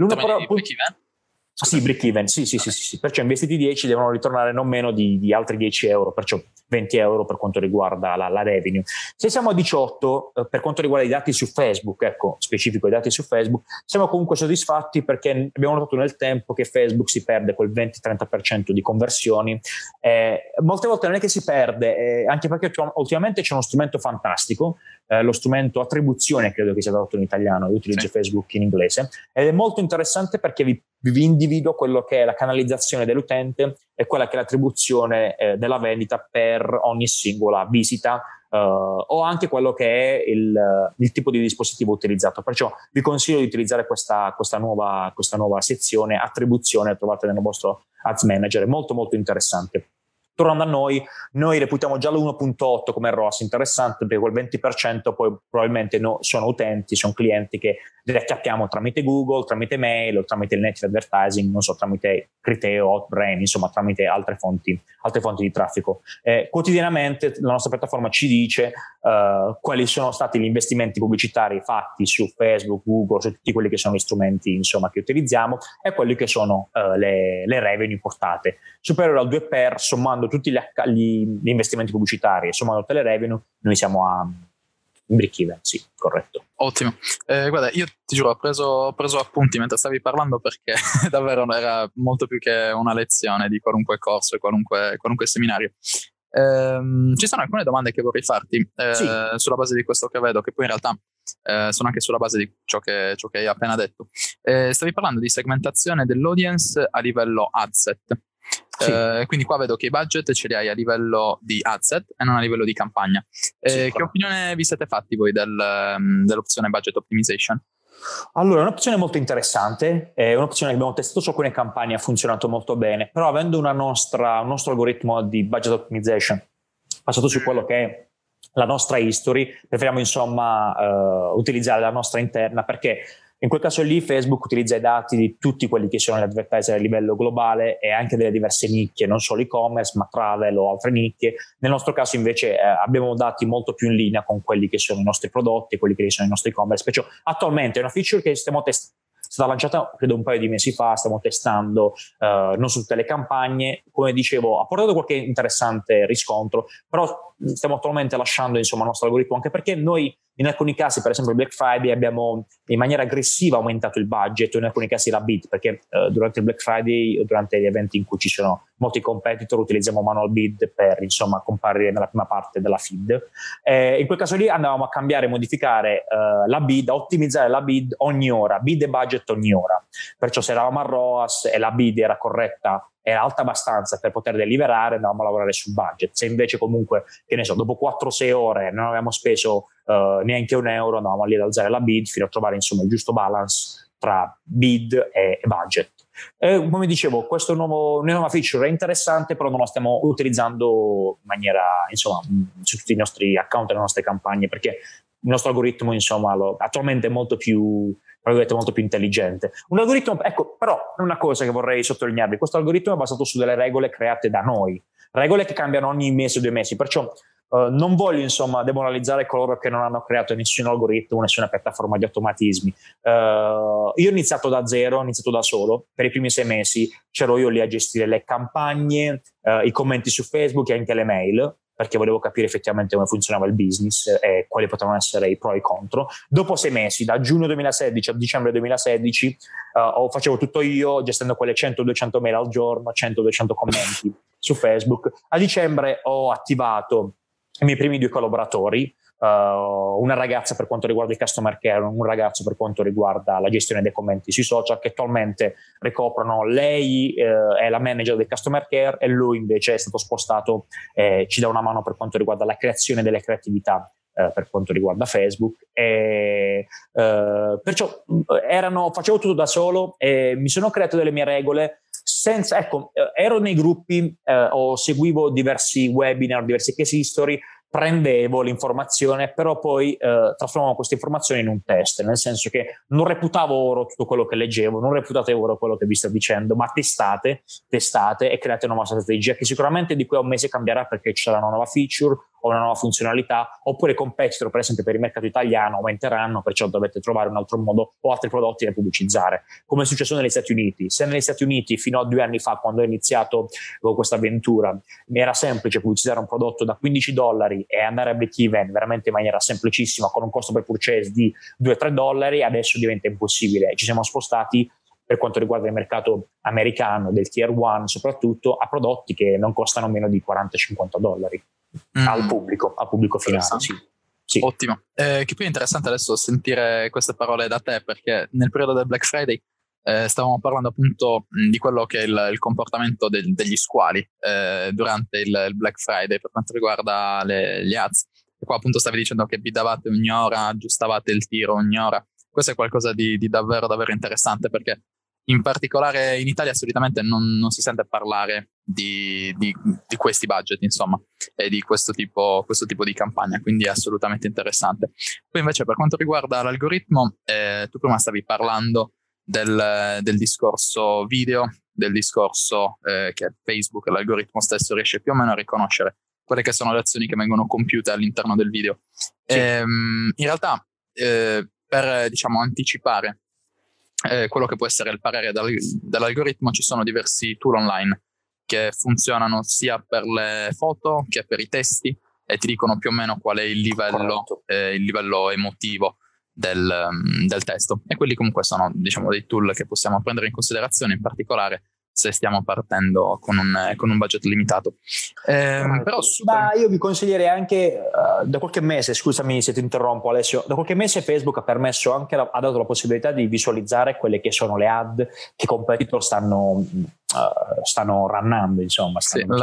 Sì, break even, sì. Perciò investiti 10 devono ritornare non meno di altri 10 euro, perciò 20 euro per quanto riguarda la revenue. Se siamo a 18 per quanto riguarda i dati su Facebook, ecco, specifico i dati su Facebook, siamo comunque soddisfatti, perché abbiamo notato nel tempo che Facebook si perde quel 20-30% di conversioni. Molte volte non è che si perde, anche perché ultimamente c'è uno strumento fantastico, lo strumento attribuzione, credo che sia tradotto in italiano, io utilizzo Facebook in inglese, ed è molto interessante perché vi individuo quello che è la canalizzazione dell'utente e quella che è l'attribuzione della vendita per ogni singola visita, o anche quello che è il tipo di dispositivo utilizzato. Perciò vi consiglio di utilizzare questa nuova sezione attribuzione, trovate nel vostro Ads Manager, è molto molto interessante. Tornando a noi reputiamo già l'1.8 come ROAS interessante, perché quel 20% poi probabilmente sono utenti, sono clienti che li acchiappiamo tramite Google, tramite mail o tramite il native advertising, non so, tramite Criteo, Outbrain, insomma tramite altre fonti di traffico. Quotidianamente la nostra piattaforma ci dice quali sono stati gli investimenti pubblicitari fatti su Facebook, Google, su tutti quelli che sono gli strumenti insomma che utilizziamo, e quelli che sono le revenue portate. Superiore al 2 per, sommando tutti gli investimenti pubblicitari, sommando tutte le revenue, noi siamo a break even, sì, corretto. Ottimo. Guarda, io ti giuro, ho preso appunti mentre stavi parlando, perché davvero era molto più che una lezione di qualunque corso e qualunque seminario. Ci sono alcune domande che vorrei farti sulla base di questo che vedo, che poi in realtà sono anche sulla base di ciò che hai appena detto. Stavi parlando di segmentazione dell'audience a livello adset. Sì. Quindi qua vedo che i budget ce li hai a livello di adset e non a livello di campagna. Che opinione vi siete fatti voi dell'opzione budget optimization? Allora, è un'opzione molto interessante, è un'opzione che abbiamo testato su alcune campagne, ha funzionato molto bene, però avendo un nostro algoritmo di budget optimization basato su quello che è la nostra history, preferiamo insomma utilizzare la nostra interna, perché in quel caso lì Facebook utilizza i dati di tutti quelli che sono gli advertiser a livello globale e anche delle diverse nicchie, non solo e-commerce ma travel o altre nicchie. Nel nostro caso invece abbiamo dati molto più in linea con quelli che sono i nostri prodotti, quelli che sono i nostri e-commerce. Perciò attualmente è una feature che stiamo testando, è stata lanciata credo un paio di mesi fa, stiamo testando non su tutte le campagne, come dicevo ha portato qualche interessante riscontro, però stiamo attualmente lasciando insomma il nostro algoritmo, anche perché noi in alcuni casi, per esempio il Black Friday, abbiamo in maniera aggressiva aumentato il budget, o in alcuni casi la bid, perché durante il Black Friday o durante gli eventi in cui ci sono molti competitor utilizziamo manual bid per insomma comparire nella prima parte della feed. In quel caso lì andavamo a cambiare, modificare la bid, a ottimizzare la bid ogni ora, bid e budget ogni ora. Perciò se eravamo a ROAS e la bid era corretta, era alta abbastanza per poter deliberare, andavamo a lavorare sul budget. Se invece comunque, che ne so, dopo 4-6 ore non avevamo speso neanche un euro, andavamo lì ad alzare la bid fino a trovare insomma il giusto balance tra bid e budget. Come dicevo, questa nuova feature è interessante, però non la stiamo utilizzando in maniera insomma su tutti i nostri account e le nostre campagne, perché il nostro algoritmo insomma attualmente è molto più intelligente. Un algoritmo, ecco, però una cosa che vorrei sottolinearvi: questo algoritmo è basato su delle regole create da noi, regole che cambiano ogni mese o 2 mesi, perciò non voglio insomma demoralizzare coloro che non hanno creato nessun algoritmo, nessuna piattaforma di automatismi. Io ho iniziato da zero, ho iniziato da solo. Per i primi 6 mesi c'ero io lì a gestire le campagne, i commenti su Facebook e anche le mail. perché volevo capire effettivamente come funzionava il business e quali potevano essere i pro e i contro. Dopo 6 mesi, da giugno 2016 a dicembre 2016, facevo tutto io, gestendo quelle 100-200 mail al giorno, 100-200 commenti su Facebook. A dicembre ho attivato i miei primi 2 collaboratori, una ragazza per quanto riguarda il customer care, un ragazzo per quanto riguarda la gestione dei commenti sui social, che attualmente ricoprono. Lei è la manager del customer care e lui invece è stato spostato, ci dà una mano per quanto riguarda la creazione delle creatività per quanto riguarda Facebook, e perciò facevo tutto da solo e mi sono creato delle mie regole. Ero nei gruppi, o seguivo diversi webinar, diversi case history, prendevo l'informazione, però poi trasformavo queste informazioni in un test, nel senso che non reputavo oro tutto quello che leggevo, non reputate oro quello che vi sto dicendo, ma testate e create una nuova strategia che sicuramente di qui a un mese cambierà, perché ci sarà una nuova feature o una nuova funzionalità, oppure competitor, per esempio per il mercato italiano, aumenteranno, perciò dovete trovare un altro modo o altri prodotti da pubblicizzare, come è successo negli Stati Uniti. Se negli Stati Uniti fino a 2 anni fa, quando ho iniziato con questa avventura, mi era semplice pubblicizzare un prodotto da $15 e andare a break even veramente in maniera semplicissima, con un costo per purchase di $2-3, adesso diventa impossibile. Ci siamo spostati, per quanto riguarda il mercato americano, del tier 1 soprattutto, a prodotti che non costano meno di $40-50 al pubblico finale. Sì. Ottimo. Che poi è interessante adesso sentire queste parole da te, perché nel periodo del Black Friday stavamo parlando appunto di quello che è il comportamento degli squali durante il Black Friday per quanto riguarda gli ads. E qua appunto stavi dicendo che vi davate ogni ora, aggiustavate il tiro ogni ora. Questo è qualcosa di davvero davvero interessante, perché in particolare in Italia solitamente non si sente parlare di questi budget, insomma, e di questo tipo di campagna, quindi è assolutamente interessante. Poi invece per quanto riguarda l'algoritmo, tu prima stavi parlando del discorso video, del discorso che Facebook, l'algoritmo stesso, riesce più o meno a riconoscere quelle che sono le azioni che vengono compiute all'interno del video. Sì. In realtà per diciamo anticipare quello che può essere il parere dell'algoritmo, ci sono diversi tool online che funzionano sia per le foto che per i testi e ti dicono più o meno qual è il livello emotivo del testo, e quelli comunque sono diciamo dei tool che possiamo prendere in considerazione, in particolare se stiamo partendo con un budget limitato. Però ma io vi consiglierei anche da qualche mese, scusami se ti interrompo Alessio, da qualche mese Facebook ha permesso anche ha dato la possibilità di visualizzare quelle che sono le ad che i competitor stanno runnando, insomma,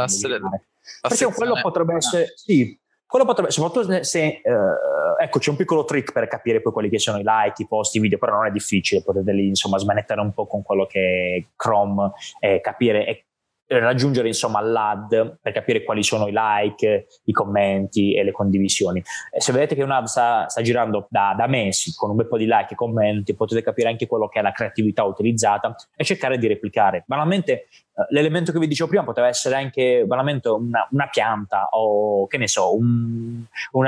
perché quello potrebbe essere soprattutto se ecco, c'è un piccolo trick per capire poi quelli che sono i like, i post, i video, però non è difficile, potete lì insomma smanettare un po' con quello che è Chrome e capire e raggiungere insomma l'ad per capire quali sono i like, i commenti e le condivisioni. E se vedete che un'ad sta girando da mesi con un bel po' di like e commenti, potete capire anche quello che è la creatività utilizzata e cercare di replicare. Banalmente l'elemento che vi dicevo prima poteva essere anche banalmente una pianta o che ne so, un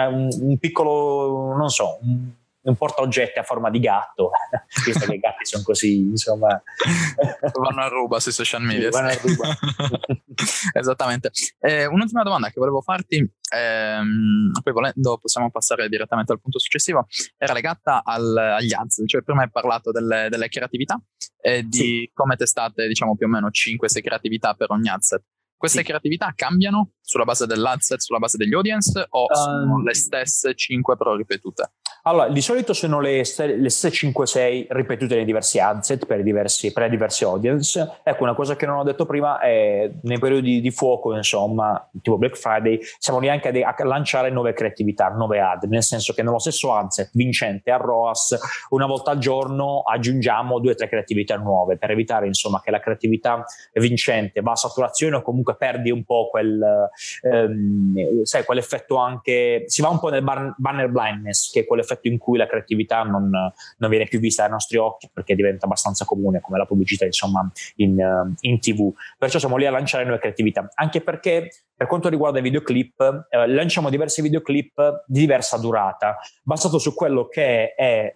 piccolo, non so, un portaoggetti a forma di gatto, visto che i gatti sono così, insomma, vanno a ruba sui social media. Vanno a ruba. Esattamente. Un'ultima domanda che volevo farti, poi volendo possiamo passare direttamente al punto successivo, era legata agli ads. Cioè prima hai parlato delle creatività e di come testate diciamo più o meno 5-6 creatività per ogni adset. Queste creatività cambiano sulla base dell'adset, sulla base degli audience, o sono le stesse 5 però ripetute? Allora, di solito sono le stesse 5-6 ripetute nei diversi adset per diversi audience. Ecco, una cosa che non ho detto prima è nei periodi di fuoco, insomma, tipo Black Friday, siamo lì anche a lanciare nuove creatività, nuove ad, nel senso che nello stesso adset vincente a ROAS, una volta al giorno aggiungiamo 2-3 creatività nuove per evitare, insomma, che la creatività vincente va a saturazione o comunque perdi un po' quell'effetto, anche si va un po' nel banner blindness, che è quell'effetto in cui la creatività non viene più vista dai nostri occhi perché diventa abbastanza comune come la pubblicità, insomma, in TV. Perciò siamo lì a lanciare nuove creatività, anche perché per quanto riguarda i videoclip, lanciamo diversi videoclip di diversa durata, basato su quello che è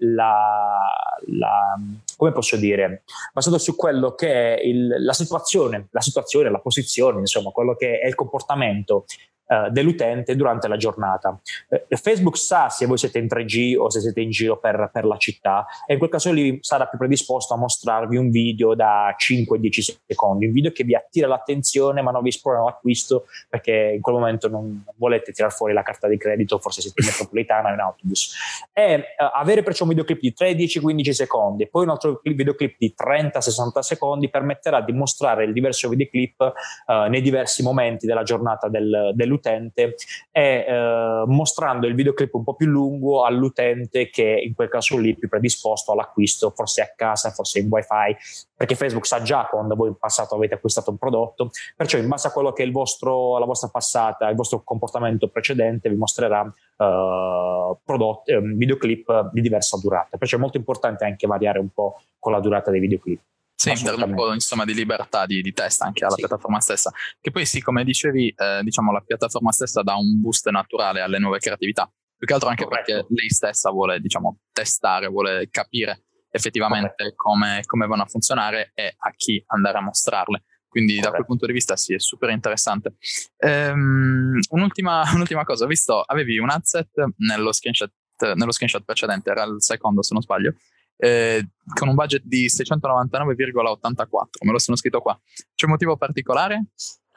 come posso dire, basato su quello che è la situazione, la posizione, insomma, quello che è il comportamento dell'utente durante la giornata. Facebook sa se voi siete in 3G o se siete in giro per la città, e in quel caso lì sarà più predisposto a mostrarvi un video da 5-10 secondi, un video che vi attira l'attenzione ma non vi sprona l'acquisto perché in quel momento non volete tirar fuori la carta di credito, forse siete in metropolitana o in autobus. E avere perciò un videoclip di 13-15 secondi e poi un altro videoclip di 30-60 secondi permetterà di mostrare il diverso videoclip nei diversi momenti della giornata dell'utente, e mostrando il videoclip un po' più lungo all'utente che in quel caso lì è più predisposto all'acquisto, forse a casa, forse in wifi, perché Facebook sa già quando voi in passato avete acquistato un prodotto, perciò in base a quello che è la vostra passata, il vostro comportamento precedente vi mostrerà videoclip di diversa durata, perciò è molto importante anche variare un po' con la durata dei videoclip. Sì, dare un po' insomma di libertà di testa anche alla piattaforma stessa, che poi sì, come dicevi, diciamo la piattaforma stessa dà un boost naturale alle nuove creatività, più che altro anche perché lei stessa vuole, diciamo, testare, vuole capire effettivamente come vanno a funzionare e a chi andare a mostrarle. Quindi da quel punto di vista sì, è super interessante. Un'ultima cosa, ho visto, avevi un adset nello screenshot precedente, era il secondo se non sbaglio, con un budget di 699,84, me lo sono scritto qua. C'è un motivo particolare?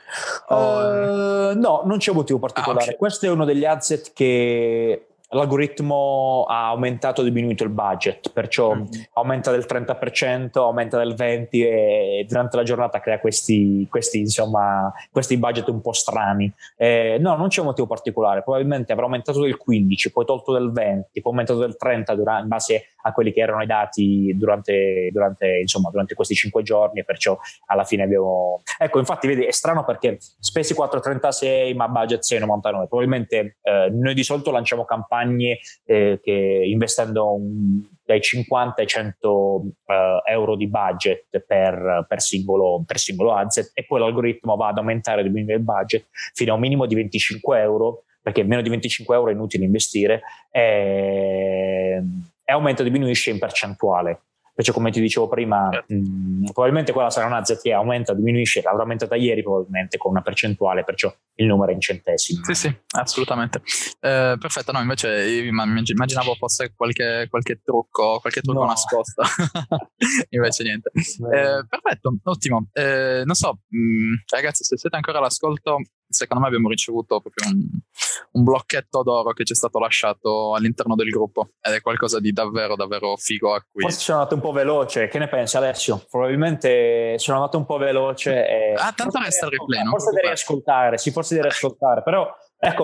No, non c'è un motivo particolare. Okay. Questo è uno degli adset che l'algoritmo ha aumentato o diminuito il budget, perciò aumenta del 30%, aumenta del 20% e durante la giornata crea questi budget un po' strani. No, non c'è un motivo particolare, probabilmente avrà aumentato del 15%, poi tolto del 20%, poi aumentato del 30% in base a quelli che erano i dati durante questi 5 giorni, e perciò alla fine abbiamo... Ecco, infatti vedi, è strano perché spesi 4,36 ma budget 6,99. Probabilmente noi di solito lanciamo campagne che investendo dai 50 ai 100 euro di budget per singolo adset, e poi l'algoritmo va ad aumentare e diminuire il budget fino a un minimo di 25 euro, perché meno di 25 euro è inutile investire, e aumenta e diminuisce in percentuale. Perciò, come ti dicevo prima, probabilmente quella sarà una Z che aumenta, diminuisce, l'avrà aumentata ieri probabilmente con una percentuale, perciò il numero è in centesimi. Sì, assolutamente. Perfetto, no, invece immaginavo fosse qualche trucco No. nascosto. Invece niente. Perfetto, ottimo. Non so, ragazzi, se siete ancora all'ascolto, secondo me abbiamo ricevuto proprio un blocchetto d'oro che ci è stato lasciato all'interno del gruppo, ed è qualcosa di davvero figo a cui... Forse sono andato un po' veloce, che ne pensi Alessio? Probabilmente sono andato un po' veloce e... tanto resta il replay, no? Forse devi ascoltare, però ecco,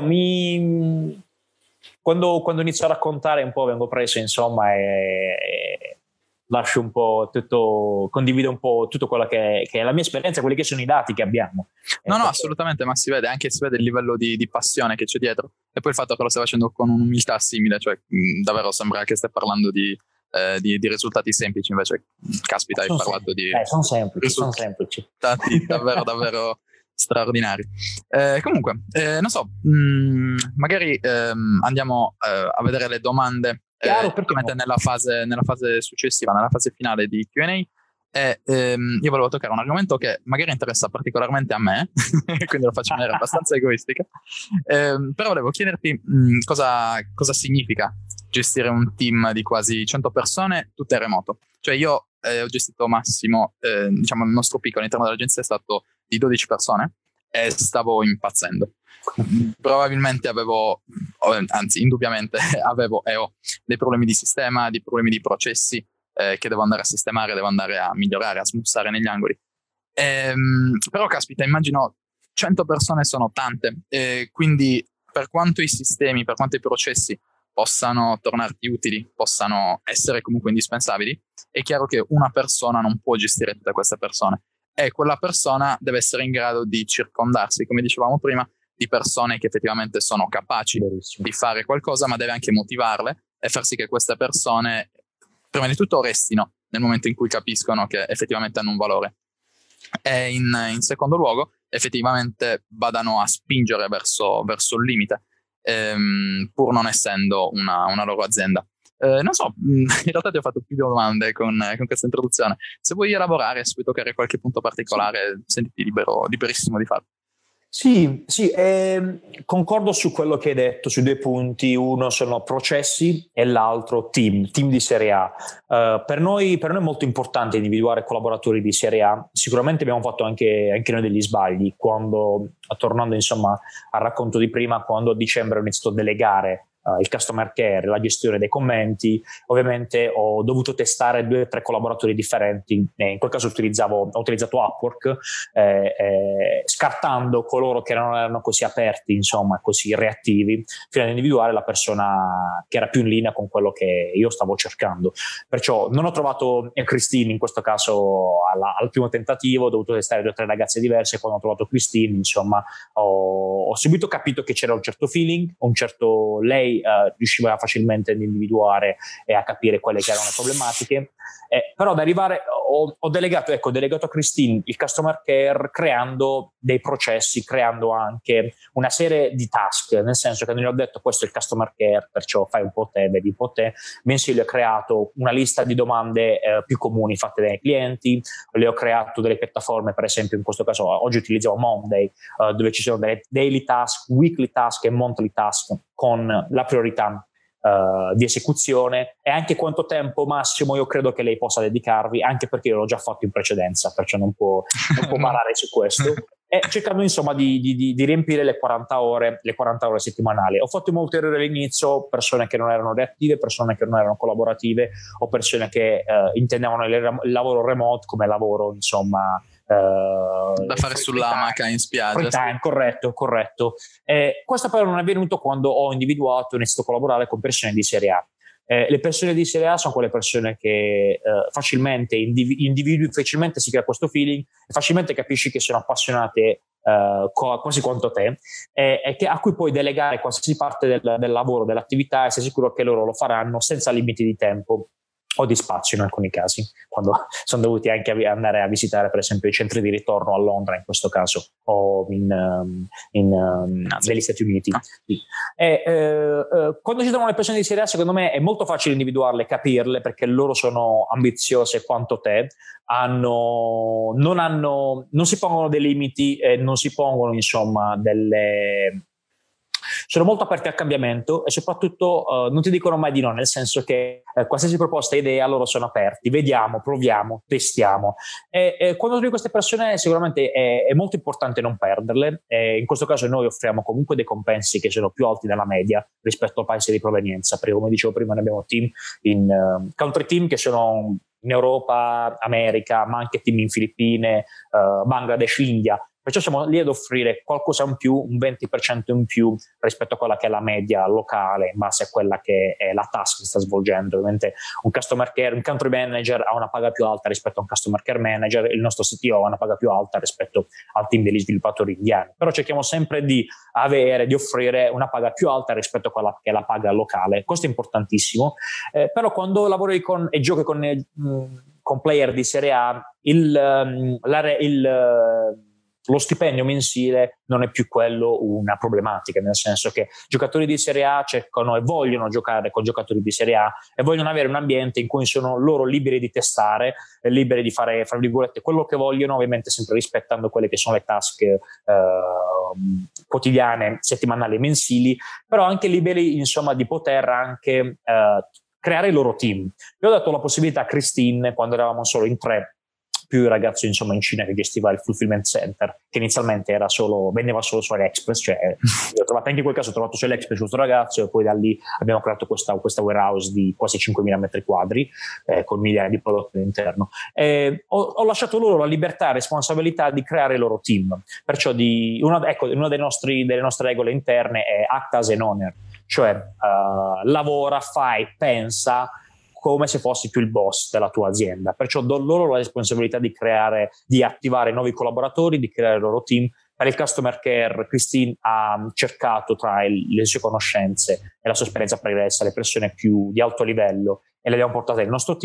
quando inizio a raccontare un po' vengo preso, insomma, e lascio un po' tutto, condivido un po' tutto quello che è la mia esperienza, quelli che sono i dati che abbiamo. No, assolutamente, ma si vede il livello di passione che c'è dietro, e poi il fatto che lo stai facendo con un'umiltà simile, cioè davvero sembra che stai parlando di risultati semplici, invece caspita, hai parlato di sono semplici davvero straordinari. Comunque, non so, magari andiamo a vedere le domande nella fase successiva, nella fase finale di Q&A. E io volevo toccare un argomento che magari interessa particolarmente a me, quindi lo faccio in maniera abbastanza egoistica, però volevo chiederti cosa significa gestire un team di quasi 100 persone tutte remoto. Cioè io ho gestito massimo, diciamo il nostro picco all'interno dell'agenzia è stato di 12 persone e stavo impazzendo. Probabilmente indubbiamente avevo e ho dei problemi di sistema, dei problemi di processi che devo andare a sistemare, devo andare a migliorare, a smussare negli angoli. Però caspita, immagino 100 persone sono tante, quindi per quanto i sistemi, per quanto i processi possano tornarti utili, possano essere comunque indispensabili, è chiaro che una persona non può gestire tutte queste persone, e quella persona deve essere in grado di circondarsi, come dicevamo prima, di persone che effettivamente sono capaci di fare qualcosa, ma deve anche motivarle e far sì che queste persone prima di tutto restino nel momento in cui capiscono che effettivamente hanno un valore, e in secondo luogo effettivamente vadano a spingere verso il limite, pur non essendo una loro azienda. Non so, in realtà ti ho fatto più domande con questa introduzione. Se vuoi elaborare, se vuoi toccare qualche punto particolare, sentiti liberissimo di farlo. Sì, concordo su quello che hai detto, sui 2 punti. Uno sono processi e l'altro team di Serie A. Per noi è molto importante individuare collaboratori di Serie A. Sicuramente abbiamo fatto anche noi degli sbagli, tornando insomma al racconto di prima, quando a dicembre ho iniziato a delegare il customer care, la gestione dei commenti. Ovviamente ho dovuto testare 2 o 3 collaboratori differenti, in quel caso ho utilizzato Upwork, scartando coloro che non erano così aperti, insomma, così reattivi, fino ad individuare la persona che era più in linea con quello che io stavo cercando. Perciò non ho trovato Christine in questo caso al primo tentativo, ho dovuto testare 2 o 3 ragazze diverse. Quando ho trovato Christine, insomma, ho subito capito che c'era un certo feeling, lei riusciva facilmente ad individuare e a capire quelle che erano le problematiche, però ad arrivare ho delegato a Christine il customer care, creando dei processi, creando anche una serie di task, nel senso che non gli ho detto questo è il customer care, perciò fai un po' te, vedi un po' te, bensì le ho creato una lista di domande più comuni fatte dai clienti, le ho creato delle piattaforme, per esempio in questo caso oggi utilizziamo Monday, dove ci sono delle daily task, weekly task e monthly task con la priorità di esecuzione e anche quanto tempo massimo io credo che lei possa dedicarvi, anche perché io l'ho già fatto in precedenza, perciò non può parare su questo, e cercando insomma di riempire le 40 ore settimanali. Ho fatto molti errori all'inizio, persone che non erano reattive, persone che non erano collaborative o persone che intendevano il lavoro remote come lavoro insomma da fare sull'amaca in spiaggia. Time, corretto. Questo però non è avvenuto quando ho iniziato a collaborare con persone di Serie A. Le persone di Serie A sono quelle persone che facilmente individui, facilmente si crea questo feeling e facilmente capisci che sono appassionate quasi quanto te, e a cui puoi delegare qualsiasi parte del lavoro, dell'attività, e sei sicuro che loro lo faranno senza limiti di tempo o di spazio in alcuni casi, quando sono dovuti anche andare a visitare per esempio i centri di ritorno a Londra in questo caso, o negli Stati Uniti. Sì. Quando ci sono le persone di Serie A, secondo me è molto facile individuarle, capirle, perché loro sono ambiziose quanto te, non si pongono dei limiti, non si pongono insomma sono molto aperti al cambiamento e soprattutto non ti dicono mai di no, nel senso che qualsiasi proposta e idea loro sono aperti, vediamo, proviamo, testiamo, e quando trovi queste persone sicuramente è molto importante non perderle, e in questo caso noi offriamo comunque dei compensi che sono più alti della media rispetto al paese di provenienza, perché come dicevo prima ne abbiamo team country team che sono in Europa, America, ma anche team in Filippine, Bangladesh, India. Perciò siamo lì ad offrire qualcosa in più, un 20% in più rispetto a quella che è la media locale, in base a quella che è la task che sta svolgendo. Ovviamente un country manager ha una paga più alta rispetto a un customer care manager, il nostro CTO ha una paga più alta rispetto al team degli sviluppatori indiani. Però cerchiamo sempre di offrire una paga più alta rispetto a quella che è la paga locale. Questo è importantissimo. Però quando lavori e giochi con player di Serie A, lo stipendio mensile non è più quello una problematica, nel senso che giocatori di Serie A cercano e vogliono giocare con giocatori di Serie A e vogliono avere un ambiente in cui sono loro liberi di testare, liberi di fare, fra virgolette, quello che vogliono, ovviamente sempre rispettando quelle che sono le task quotidiane, settimanali e mensili, però anche liberi insomma di poter anche creare il loro team. Io ho dato la possibilità a Christine, quando eravamo solo in 3, più il ragazzo insomma in Cina che gestiva il fulfillment center, che inizialmente vendeva solo su AliExpress, cioè ho trovato anche in quel caso, ho trovato su AliExpress questo ragazzo, e poi da lì abbiamo creato questa warehouse di quasi 5.000 metri quadri con migliaia di prodotti all'interno. Ho lasciato loro la libertà e responsabilità di creare il loro team, perciò una delle nostre regole interne è act as an owner, cioè lavora, pensa come se fossi tu il boss della tua azienda. Perciò do loro la responsabilità di attivare nuovi collaboratori, di creare il loro team. Per il customer care, Christine ha cercato tra le sue conoscenze e la sua esperienza pregressa le persone più di alto livello e le abbiamo portate nel nostro team.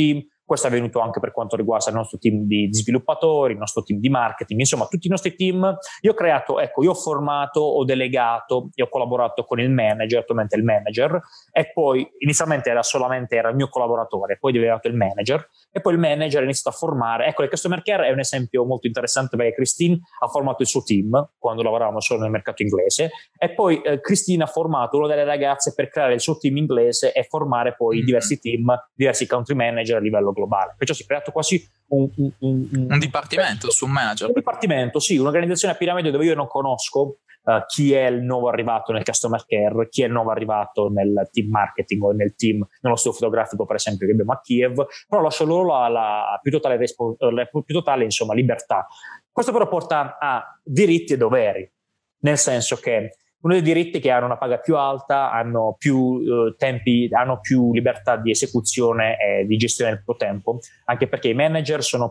Questo è avvenuto anche per quanto riguarda il nostro team di sviluppatori, il nostro team di marketing, insomma tutti i nostri team. Io ho formato, ho delegato e ho collaborato con il manager, attualmente il manager, e poi inizialmente era il mio collaboratore, poi è diventato il manager, e poi il manager ha iniziato a formare. Ecco, il customer care è un esempio molto interessante, perché Christine ha formato il suo team quando lavoravamo solo nel mercato inglese, e poi Christine ha formato una delle ragazze per creare il suo team inglese e formare poi diversi team, diversi country manager a livello globale. Perciò si è creato quasi un dipartimento su un manager. Un dipartimento, sì, un'organizzazione a piramide dove io non conosco chi è il nuovo arrivato nel customer care, chi è il nuovo arrivato nel team marketing o nello studio fotografico, per esempio, che abbiamo a Kiev, però lascio loro la più totale insomma, libertà. Questo però porta a diritti e doveri, nel senso che uno dei diritti che hanno una paga più alta, hanno più tempi, hanno più libertà di esecuzione e di gestione del proprio tempo, anche perché i manager sono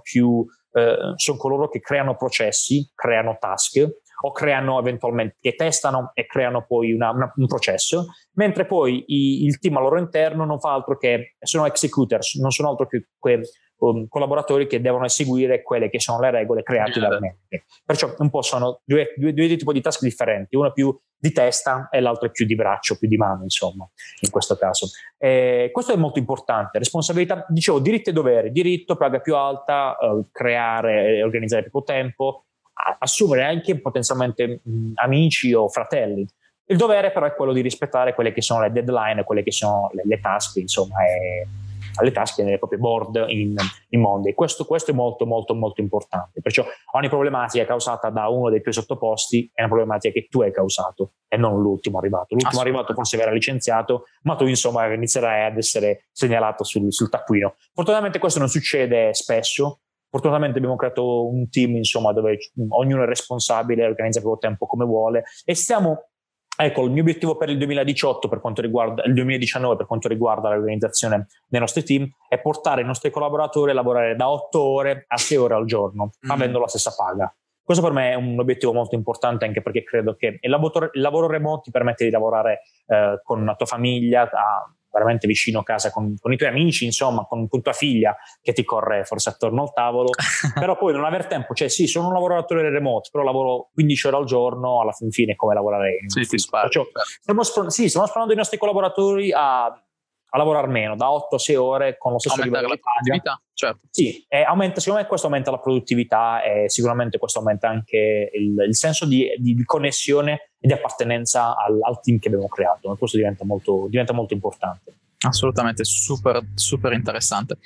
coloro che creano processi, creano task, o creano eventualmente, che testano e creano poi un processo, mentre poi il team al loro interno non fa altro che, sono executors, non sono altro che collaboratori che devono eseguire quelle che sono le regole create dal manager. Perciò un po' sono due tipi di task differenti, uno più di testa e l'altro più di braccio, più di mano, insomma, in questo caso. Questo è molto importante. Responsabilità, dicevo, diritti e doveri. Diritto, paga più alta, creare e organizzare il proprio tempo, assumere anche potenzialmente amici o fratelli. Il dovere però è quello di rispettare quelle che sono le deadline, quelle che sono le task, insomma, alle task nelle proprie board in Monday. Questo è molto molto molto importante. Perciò ogni problematica causata da uno dei tuoi sottoposti è una problematica che tu hai causato e non l'ultimo arrivato. L'ultimo arrivato forse verrà licenziato, ma tu insomma inizierai ad essere segnalato sul taccuino. Fortunatamente questo non succede spesso. Fortunatamente abbiamo creato un team, insomma, dove ognuno è responsabile, organizza il proprio tempo come vuole, e ecco, il mio obiettivo per il 2018 il 2019 per quanto riguarda l'organizzazione dei nostri team è portare i nostri collaboratori a lavorare da 8 ore a 6 ore al giorno, avendo la stessa paga. Questo per me è un obiettivo molto importante, anche perché credo che il lavoro remoto ti permette di lavorare con la tua famiglia, veramente vicino a casa, con i tuoi amici, insomma, con tua figlia che ti corre forse attorno al tavolo, però poi non aver tempo, cioè sì, sono un lavoratore remoto, però lavoro 15 ore al giorno, alla fin fine è come lavorare in ti sparo. Stiamo spronando i nostri collaboratori a lavorare meno, da 8 a 6 ore con lo stesso livello di produttività, certo. Sì, secondo me questo aumenta la produttività e sicuramente questo aumenta anche il senso di connessione e di appartenenza al team che abbiamo creato. E questo diventa molto importante. Assolutamente, super super interessante.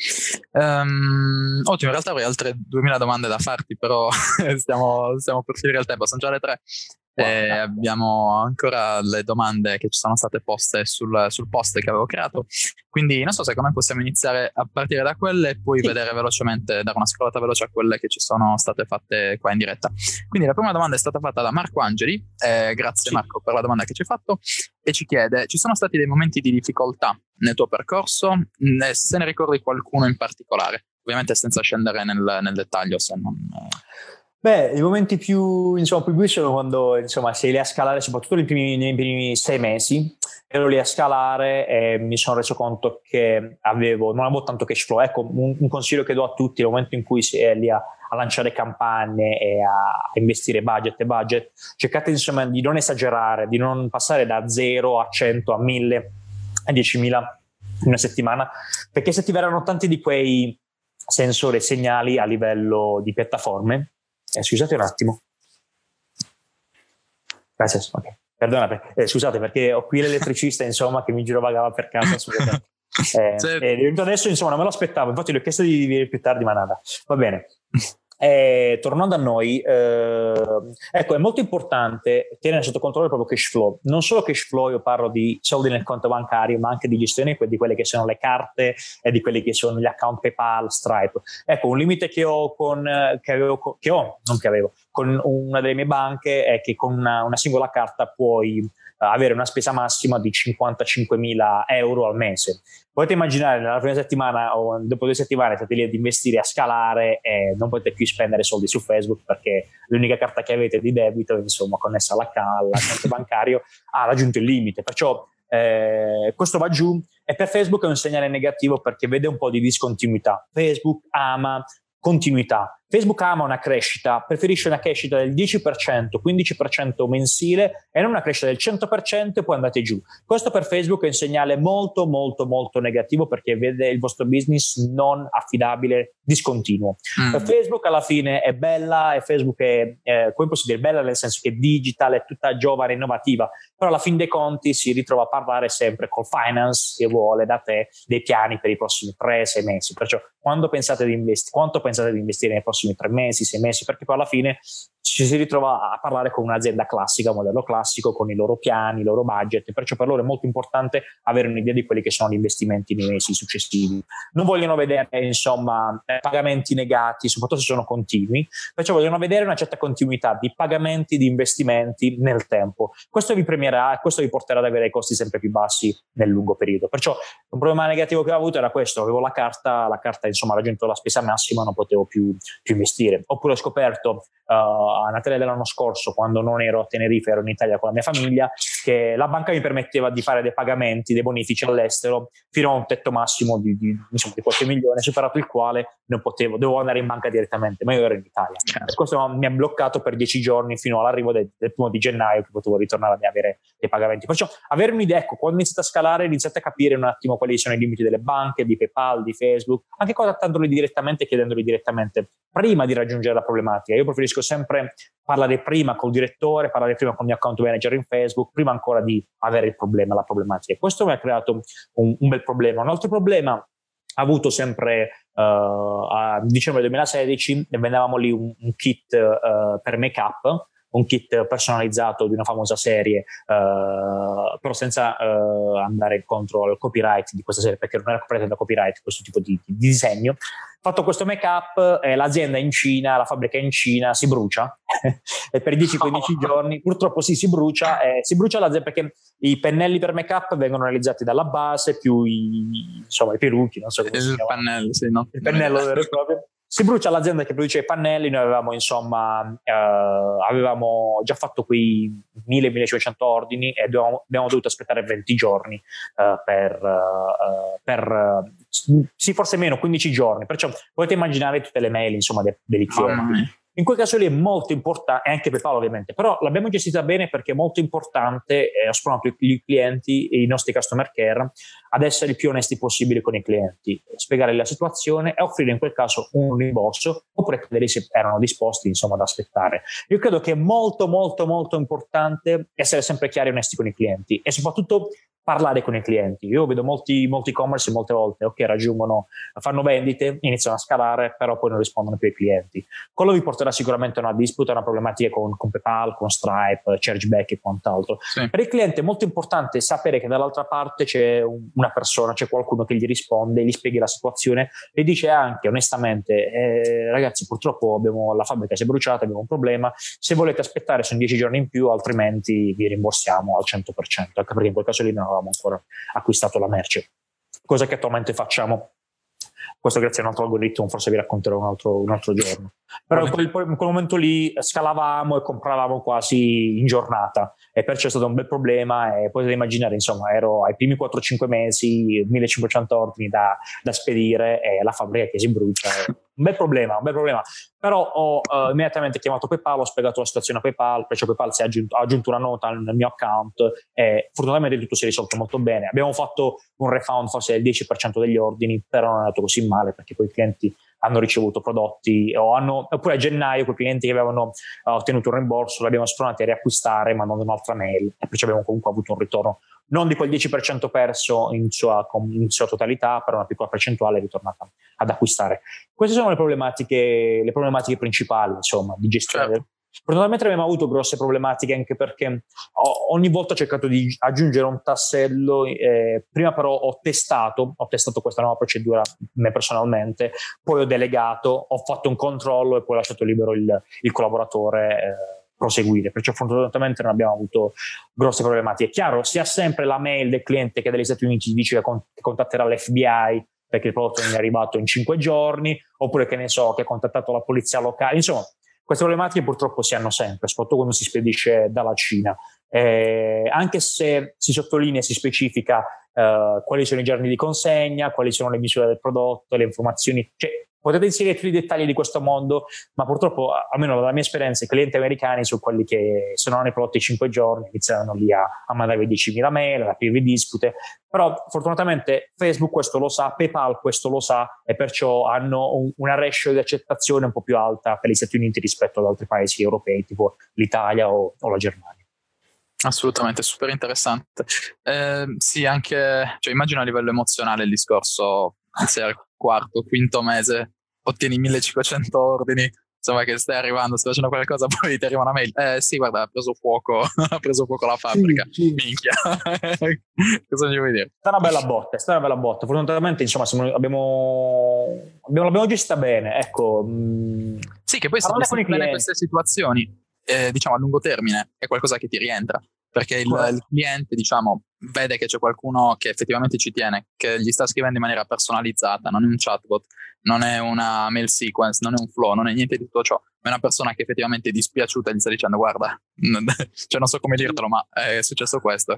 Ottimo, in realtà avrei altre 2000 domande da farti, però stiamo per finire il tempo, sono già le 3. Abbiamo ancora le domande che ci sono state poste sul post che avevo creato, quindi non so se come possiamo iniziare a partire da quelle e poi vedere velocemente, dare una scrollata veloce a quelle che ci sono state fatte qua in diretta. Quindi la prima domanda è stata fatta da Marco Angeli, grazie Marco per la domanda che ci hai fatto, e ci chiede: ci sono stati dei momenti di difficoltà nel tuo percorso, se ne ricordi qualcuno in particolare, ovviamente senza scendere nel dettaglio, se non... Beh, i momenti più bui sono quando sei lì a scalare, soprattutto nei primi 6 mesi. Ero lì a scalare e mi sono reso conto che non avevo tanto cash flow. Ecco, un consiglio che do a tutti nel momento in cui si è lì a lanciare campagne e a investire budget, cercate insomma di non esagerare, di non passare da 0 a 100 a 1000 a 10.000 in una settimana, perché se ti verranno tanti di quei sensori e segnali a livello di piattaforme. Scusate un attimo. Grazie. Okay. Perdona, scusate perché ho qui l'elettricista insomma che mi girovagava per casa. Adesso insomma non me lo aspettavo, infatti gli ho chiesto di venire più tardi, ma nada. Va bene. Tornando a noi, ecco, è molto importante tenere sotto controllo il proprio cash flow. Non solo cash flow, io parlo di soldi nel conto bancario, ma anche di gestione di quelle che sono le carte e di quelli che sono gli account PayPal, Stripe. Ecco, un limite che ho con una delle mie banche è che con una singola carta puoi avere una spesa massima di 55.000 euro al mese. Potete immaginare nella prima settimana o dopo 2 settimane state lì ad investire, a scalare e non potete più spendere soldi su Facebook perché l'unica carta che avete di debito, insomma, connessa all'account bancario, ha raggiunto il limite. Perciò questo va giù, e per Facebook è un segnale negativo perché vede un po' di discontinuità. Facebook ama continuità. Facebook ama una crescita, preferisce una crescita del 10%, 15% mensile e non una crescita del 100% e poi andate giù. Questo per Facebook è un segnale molto molto molto negativo perché vede il vostro business non affidabile, discontinuo. Facebook alla fine è bella, e Facebook è, come posso dire, bella nel senso che è digital, è tutta giovane, innovativa, però alla fin dei conti si ritrova a parlare sempre col finance che vuole da te dei piani per i prossimi 3-6 mesi. Perciò quanto pensate di investire nei prossimi 3 mesi, 6 mesi, perché poi alla fine ci si ritrova a parlare con un'azienda classica, modello classico, con i loro piani, i loro budget, perciò per loro è molto importante avere un'idea di quelli che sono gli investimenti nei mesi successivi. Non vogliono vedere, insomma, pagamenti negati, soprattutto se sono continui, perciò vogliono vedere una certa continuità di pagamenti, di investimenti nel tempo. Questo vi premierà e questo vi porterà ad avere i costi sempre più bassi nel lungo periodo. Perciò un problema negativo che ho avuto era questo: avevo la carta insomma ha raggiunto la spesa massima, non potevo più investire. Oppure ho scoperto a Natale dell'anno scorso, quando non ero a Tenerife, ero in Italia con la mia famiglia, che la banca mi permetteva di fare dei pagamenti, dei bonifici all'estero fino a un tetto massimo di qualche milione, superato il quale non potevo, dovevo andare in banca direttamente, ma io ero in Italia. E questo mi ha bloccato per 10 giorni fino all'arrivo del 1 gennaio, che potevo ritornare a avere dei pagamenti. Perciò avere un'idea, ecco, quando iniziate a scalare iniziate a capire un attimo quali sono i limiti delle banche, di PayPal, di Facebook, anche contattandoli direttamente e chiedendoli direttamente prima di raggiungere la problematica. Io preferisco sempre parlare prima col direttore, parlare prima con il mio account manager in Facebook, prima ancora di avere il problema, la problematica. Questo mi ha creato un bel problema. Un altro problema avuto sempre a dicembre 2016, vendevamo lì un kit per make-up, un kit personalizzato di una famosa serie, però senza andare contro il copyright di questa serie, perché non era coperta da copyright questo tipo di disegno. Fatto questo make-up, l'azienda è in Cina, la fabbrica è in Cina, si brucia e per 10-15 giorni purtroppo si brucia l'azienda, perché i pennelli per make-up vengono realizzati dalla base più i perucchi, non so come si chiama. Pannello, sì, no? Il pennello vero e proprio. Si brucia l'azienda che produce i pannelli. Noi avevamo già fatto quei 1.000-1.500 ordini e abbiamo dovuto aspettare 20 giorni sì, forse meno, 15 giorni. Perciò potete immaginare tutte le mail, insomma, dei clienti. In quel caso lì è molto importante, e anche PayPal ovviamente, però l'abbiamo gestita bene perché è molto importante, ho sprontato i clienti e i nostri customer care ad essere il più onesti possibili con i clienti, spiegare la situazione e offrire in quel caso un rimborso, oppure vedere se erano disposti, insomma, ad aspettare. Io credo che è molto molto molto importante essere sempre chiari e onesti con i clienti e soprattutto parlare con i clienti. Io vedo molti e-commerce molte volte raggiungono, fanno vendite, iniziano a scalare, però poi non rispondono più ai clienti. Quello vi porterà sicuramente a una disputa, una problematica con PayPal, con Stripe, chargeback e quant'altro. Sì. Per il cliente è molto importante sapere che dall'altra parte c'è una persona, c'è qualcuno che gli risponde, gli spieghi la situazione e dice anche onestamente ragazzi, purtroppo la fabbrica si è bruciata, abbiamo un problema, se volete aspettare sono 10 giorni in più, altrimenti vi rimborsiamo al 100%, anche perché in quel caso lì non avevamo ancora acquistato la merce, cosa che attualmente facciamo. Questo grazie a un altro algoritmo, forse vi racconterò un altro giorno. Però in quel momento lì scalavamo e compravamo quasi in giornata e perciò è stato un bel problema. E potete immaginare, insomma, ero ai primi 4-5 mesi, 1500 ordini da spedire e la fabbrica che si brucia. Un bel problema. Però ho immediatamente chiamato PayPal, ho spiegato la situazione a PayPal, perciò PayPal ha aggiunto una nota nel mio account e fortunatamente tutto si è risolto molto bene. Abbiamo fatto un refund forse del 10% degli ordini, però non è andato così male perché poi i clienti hanno ricevuto prodotti oppure a gennaio quei clienti che avevano ottenuto un rimborso li abbiamo spronati a riacquistare mandando un'altra mail e perciò abbiamo comunque avuto un ritorno non di quel 10% perso in sua totalità, però una piccola percentuale è ritornata ad acquistare. Queste sono le problematiche principali, insomma, di gestione. Certo. Fortunatamente abbiamo avuto grosse problematiche anche perché ogni volta ho cercato di aggiungere un tassello, prima però ho testato questa nuova procedura me personalmente, poi ho delegato, ho fatto un controllo e poi ho lasciato libero il collaboratore proseguire, perciò fortunatamente non abbiamo avuto grosse problematiche. È chiaro, si ha sempre la mail del cliente che dagli Stati Uniti dice che contatterà l'FBI perché il prodotto non è arrivato in 5 giorni, oppure che ne so, che ha contattato la polizia locale, insomma. queste problematiche purtroppo si hanno sempre, soprattutto quando si spedisce dalla Cina. Anche se si sottolinea e si specifica quali sono i giorni di consegna, quali sono le misure del prodotto, le informazioni, cioè potete inserire tutti i dettagli di questo mondo, ma purtroppo, almeno dalla mia esperienza, i clienti americani sono quelli che se non hanno i prodotti 5 giorni iniziano lì a mandarvi 10.000 mail, ad aprirvi dispute. Però fortunatamente Facebook questo lo sa, PayPal questo lo sa, e perciò hanno una ratio di accettazione un po' più alta per gli Stati Uniti rispetto ad altri paesi europei tipo l'Italia o la Germania. Assolutamente, super interessante. Sì, anche, cioè, immagino a livello emozionale il discorso, se al quarto, quinto mese ottieni 1500 ordini, insomma, che stai arrivando, stai facendo qualcosa, poi ti arriva una mail. Sì, guarda, ha preso fuoco la fabbrica. Sì. Minchia. Cosa mi vuoi dire? È una bella botta. Fortunatamente, insomma, l'abbiamo gestita bene, ecco. Sì, che poi se gestire bene queste situazioni, diciamo a lungo termine, è qualcosa che ti rientra, perché il cliente, diciamo, vede che c'è qualcuno che effettivamente ci tiene, che gli sta scrivendo in maniera personalizzata, non è un chatbot, non è una mail sequence, non è un flow, non è niente di tutto ciò, ma è una persona che effettivamente è dispiaciuta e gli sta dicendo guarda, cioè non so come dirtelo, ma è successo questo.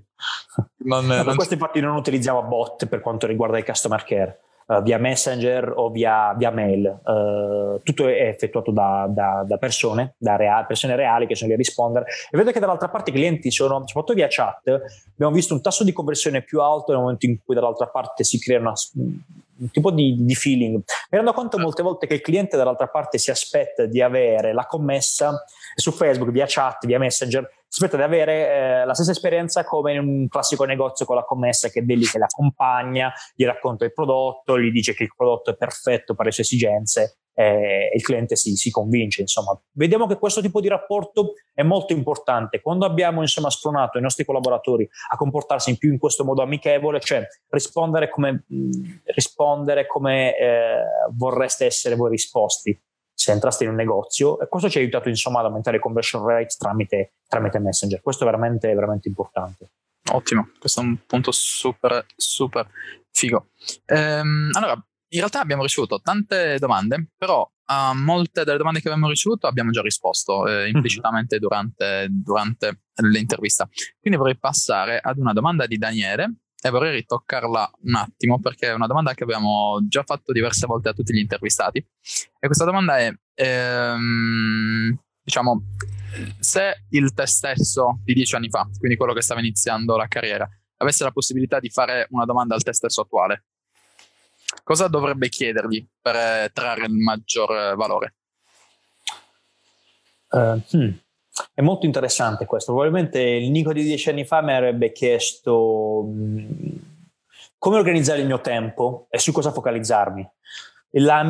Per questo infatti non utilizziamo bot per quanto riguarda il customer care. Via Messenger o via mail, tutto è effettuato da persone, persone reali che sono lì a rispondere, e vedo che dall'altra parte i clienti sono, soprattutto via chat, abbiamo visto un tasso di conversione più alto nel momento in cui dall'altra parte si crea un tipo di feeling. Mi rendo conto molte volte che il cliente dall'altra parte si aspetta di avere la commessa su Facebook, via chat, via Messenger, si aspetta di avere la stessa esperienza come in un classico negozio con la commessa che è lì che l'accompagna, gli racconta il prodotto, gli dice che il prodotto è perfetto per le sue esigenze, e il cliente si convince. Insomma, vediamo che questo tipo di rapporto è molto importante. Quando abbiamo, insomma, spronato i nostri collaboratori a comportarsi in questo modo amichevole, cioè rispondere come vorreste essere voi risposti se entraste in un negozio, e questo ci ha aiutato, insomma, ad aumentare i conversion rates tramite Messenger. Questo è veramente, veramente importante. Ottimo, questo è un punto super figo. Allora, in realtà abbiamo ricevuto tante domande, però a molte delle domande che abbiamo ricevuto abbiamo già risposto implicitamente durante l'intervista. Quindi vorrei passare ad una domanda di Daniele e vorrei ritoccarla un attimo, perché è una domanda che abbiamo già fatto diverse volte a tutti gli intervistati, e questa domanda è diciamo, se il te stesso di 10 anni fa, quindi quello che stava iniziando la carriera, avesse la possibilità di fare una domanda al te stesso attuale, cosa dovrebbe chiedergli per trarre il maggior valore? È molto interessante questo. Probabilmente il Nico di 10 anni fa mi avrebbe chiesto come organizzare il mio tempo e su cosa focalizzarmi. Il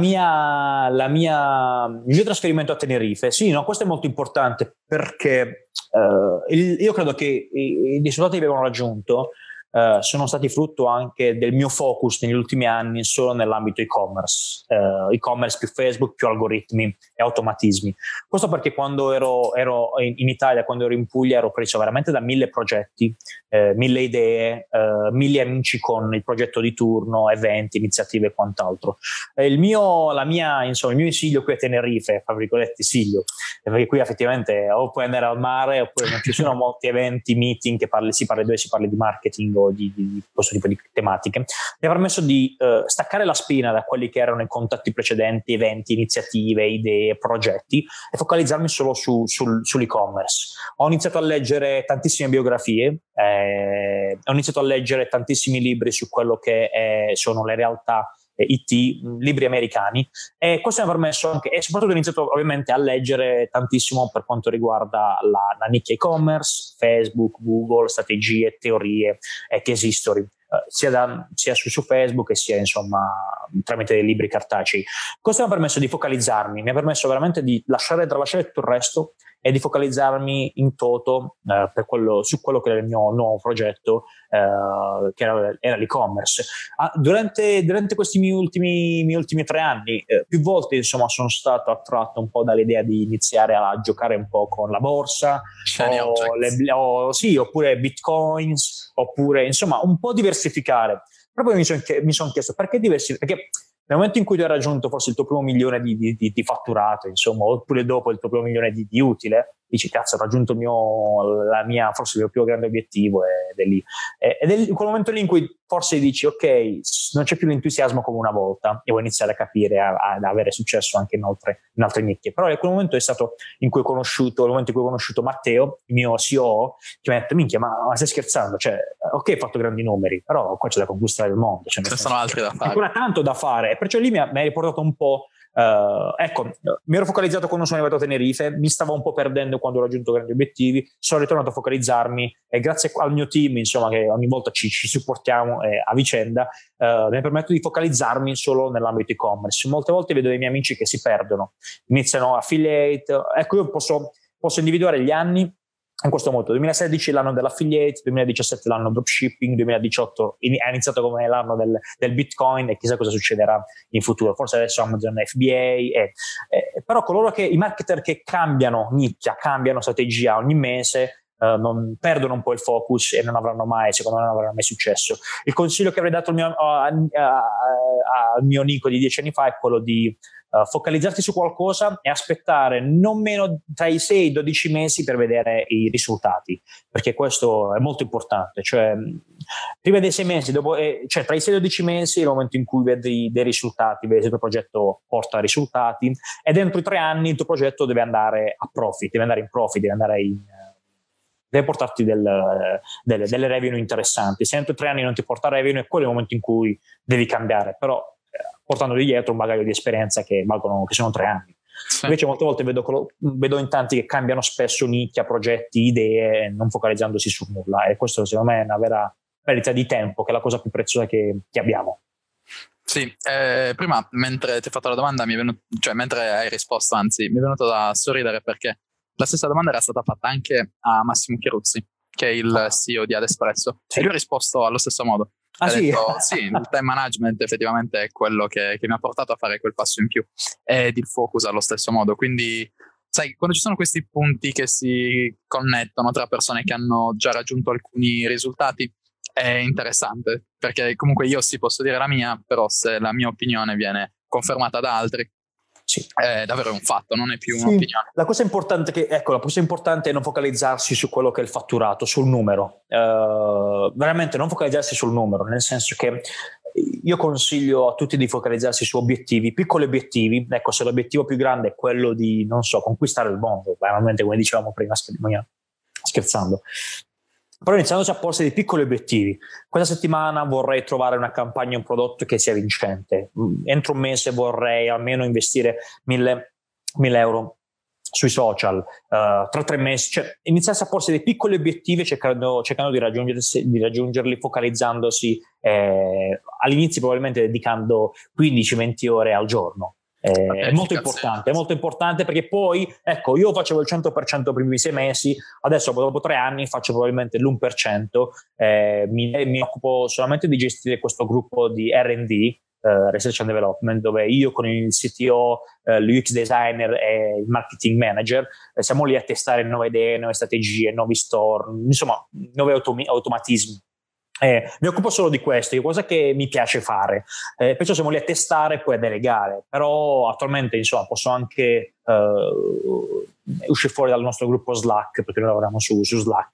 mio trasferimento a Tenerife, sì, no, questo è molto importante perché io credo che i risultati che abbiamo raggiunto sono stati frutto anche del mio focus negli ultimi anni solo nell'ambito e-commerce più Facebook, più algoritmi e automatismi. Questo perché quando ero in Italia, quando ero in Puglia, ero preso veramente da 1000 progetti, 1000 idee, 1000 amici con il progetto di turno, eventi, iniziative e quant'altro. Il mio insiglio qui a Tenerife, fra virgolette siglio, perché qui effettivamente o puoi andare al mare oppure non ci sono molti eventi, meeting dove si parli di marketing o di questo tipo di tematiche, mi ha permesso di staccare la spina da quelli che erano i contatti precedenti, eventi, iniziative, idee, progetti, e focalizzarmi solo sull'e-commerce. Ho iniziato a leggere tantissime biografie, ho iniziato a leggere tantissimi libri su quello che sono le realtà IT, libri americani, e questo mi ha permesso anche, e soprattutto ho iniziato ovviamente a leggere tantissimo per quanto riguarda la nicchia e-commerce, Facebook, Google, strategie, teorie e case history, sia su Facebook e sia insomma tramite dei libri cartacei. Questo mi ha permesso di focalizzarmi, mi ha permesso veramente di tralasciare tutto il resto e di focalizzarmi in toto su quello che era il mio nuovo progetto, che era l'e-commerce. Durante questi miei ultimi 3 anni, più volte insomma sono stato attratto un po' dall'idea di iniziare a giocare un po' con la borsa, oppure bitcoins, oppure insomma un po' diversificare. Proprio mi sono chiesto perché diversificare, perché nel momento in cui tu hai raggiunto forse il tuo primo milione di fatturato, insomma, oppure dopo il tuo primo milione di utile, dici cazzo, ho raggiunto forse il mio più grande obiettivo, ed è lì. Ed è quel momento lì in cui forse dici ok, non c'è più l'entusiasmo come una volta e vuoi iniziare a capire, ad avere successo anche in altre nicchie. Però quel momento è stato il momento in cui ho conosciuto Matteo, il mio CEO, che mi ha detto minchia, ma stai scherzando? Cioè, ok, hai fatto grandi numeri, però qua c'è da conquistare il mondo. Ce ne sono altri da fare. Ancora tanto da fare, perciò lì mi ha riportato un po'. Mi ero focalizzato quando sono arrivato a Tenerife, mi stavo un po' perdendo quando ho raggiunto grandi obiettivi, sono ritornato a focalizzarmi e grazie al mio team, insomma, che ogni volta ci supportiamo a vicenda, mi ha permesso di focalizzarmi solo nell'ambito e-commerce. Molte volte vedo dei miei amici che si perdono, iniziano affiliate, ecco, io posso individuare gli anni in questo modo: 2016 l'anno dell'affiliate, 2017 l'anno dropshipping, 2018 ha iniziato come l'anno del Bitcoin, e chissà cosa succederà in futuro. Forse adesso Amazon FBA, però i marketer che cambiano nicchia, cambiano strategia ogni mese, non perdono un po' il focus e secondo me non avranno mai successo. Il consiglio che avrei dato al mio Nico di 10 anni fa è quello di focalizzarti su qualcosa e aspettare non meno tra i 6 e i 12 mesi per vedere i risultati, perché questo è molto importante. Cioè, prima dei 6 mesi, cioè tra i 6 e i 12 mesi è il momento in cui vedi dei risultati, vedi se il tuo progetto porta risultati, e dentro i 3 anni il tuo progetto deve andare a profit, deve andare in profit, deve portarti delle revenue interessanti. Se entro 3 anni non ti porta revenue, è quello il momento in cui devi cambiare, però portando dietro un bagaglio di esperienza che sono 3 anni. Sì. Invece molte volte vedo in tanti che cambiano spesso nicchia, progetti, idee, non focalizzandosi su nulla, e questo secondo me è una vera perdita di tempo, che è la cosa più preziosa che abbiamo. Sì, prima mentre ti ho fatto la domanda mentre hai risposto, anzi, mi è venuto da sorridere, perché la stessa domanda era stata fatta anche a Massimo Chieruzzi, che è il CEO di Adespresso, sì. E lui ha risposto allo stesso modo. Ha detto, sì, il time management effettivamente è quello che mi ha portato a fare quel passo in più, ed il focus allo stesso modo. Quindi, sai, quando ci sono questi punti che si connettono tra persone che hanno già raggiunto alcuni risultati, è interessante, perché comunque io sì posso dire la mia, però se la mia opinione viene confermata da altri, sì, è davvero un fatto, non è più un'opinione. La cosa importante è non focalizzarsi su quello che è il fatturato, sul numero. Veramente non focalizzarsi sul numero, nel senso che io consiglio a tutti di focalizzarsi su obiettivi, piccoli obiettivi. Ecco, se l'obiettivo più grande è quello di, non so, conquistare il mondo, veramente, come dicevamo prima, scherzando, però iniziandosi a porsi dei piccoli obiettivi. Questa settimana vorrei trovare una campagna, un prodotto che sia vincente. Entro un mese vorrei almeno investire 1.000 euro sui social. Tra 3 mesi, cioè, iniziarsi a porsi dei piccoli obiettivi, cercando di raggiungerli, focalizzandosi all'inizio, probabilmente dedicando 15-20 ore al giorno. È molto importante, perché poi, ecco, io facevo il 100% primi 6 mesi, adesso dopo 3 anni faccio probabilmente l'1%. Mi occupo solamente di gestire questo gruppo di R&D, Research and Development, dove io con il CTO, l'UX designer e il marketing manager siamo lì a testare nuove idee, nuove strategie, nuovi store, insomma nuovi automatismi. Mi occupo solo di questo, è cosa che mi piace fare, perciò siamo lì a testare e poi a delegare. Però attualmente, insomma, posso anche uscire fuori dal nostro gruppo Slack, perché noi lavoriamo su Slack,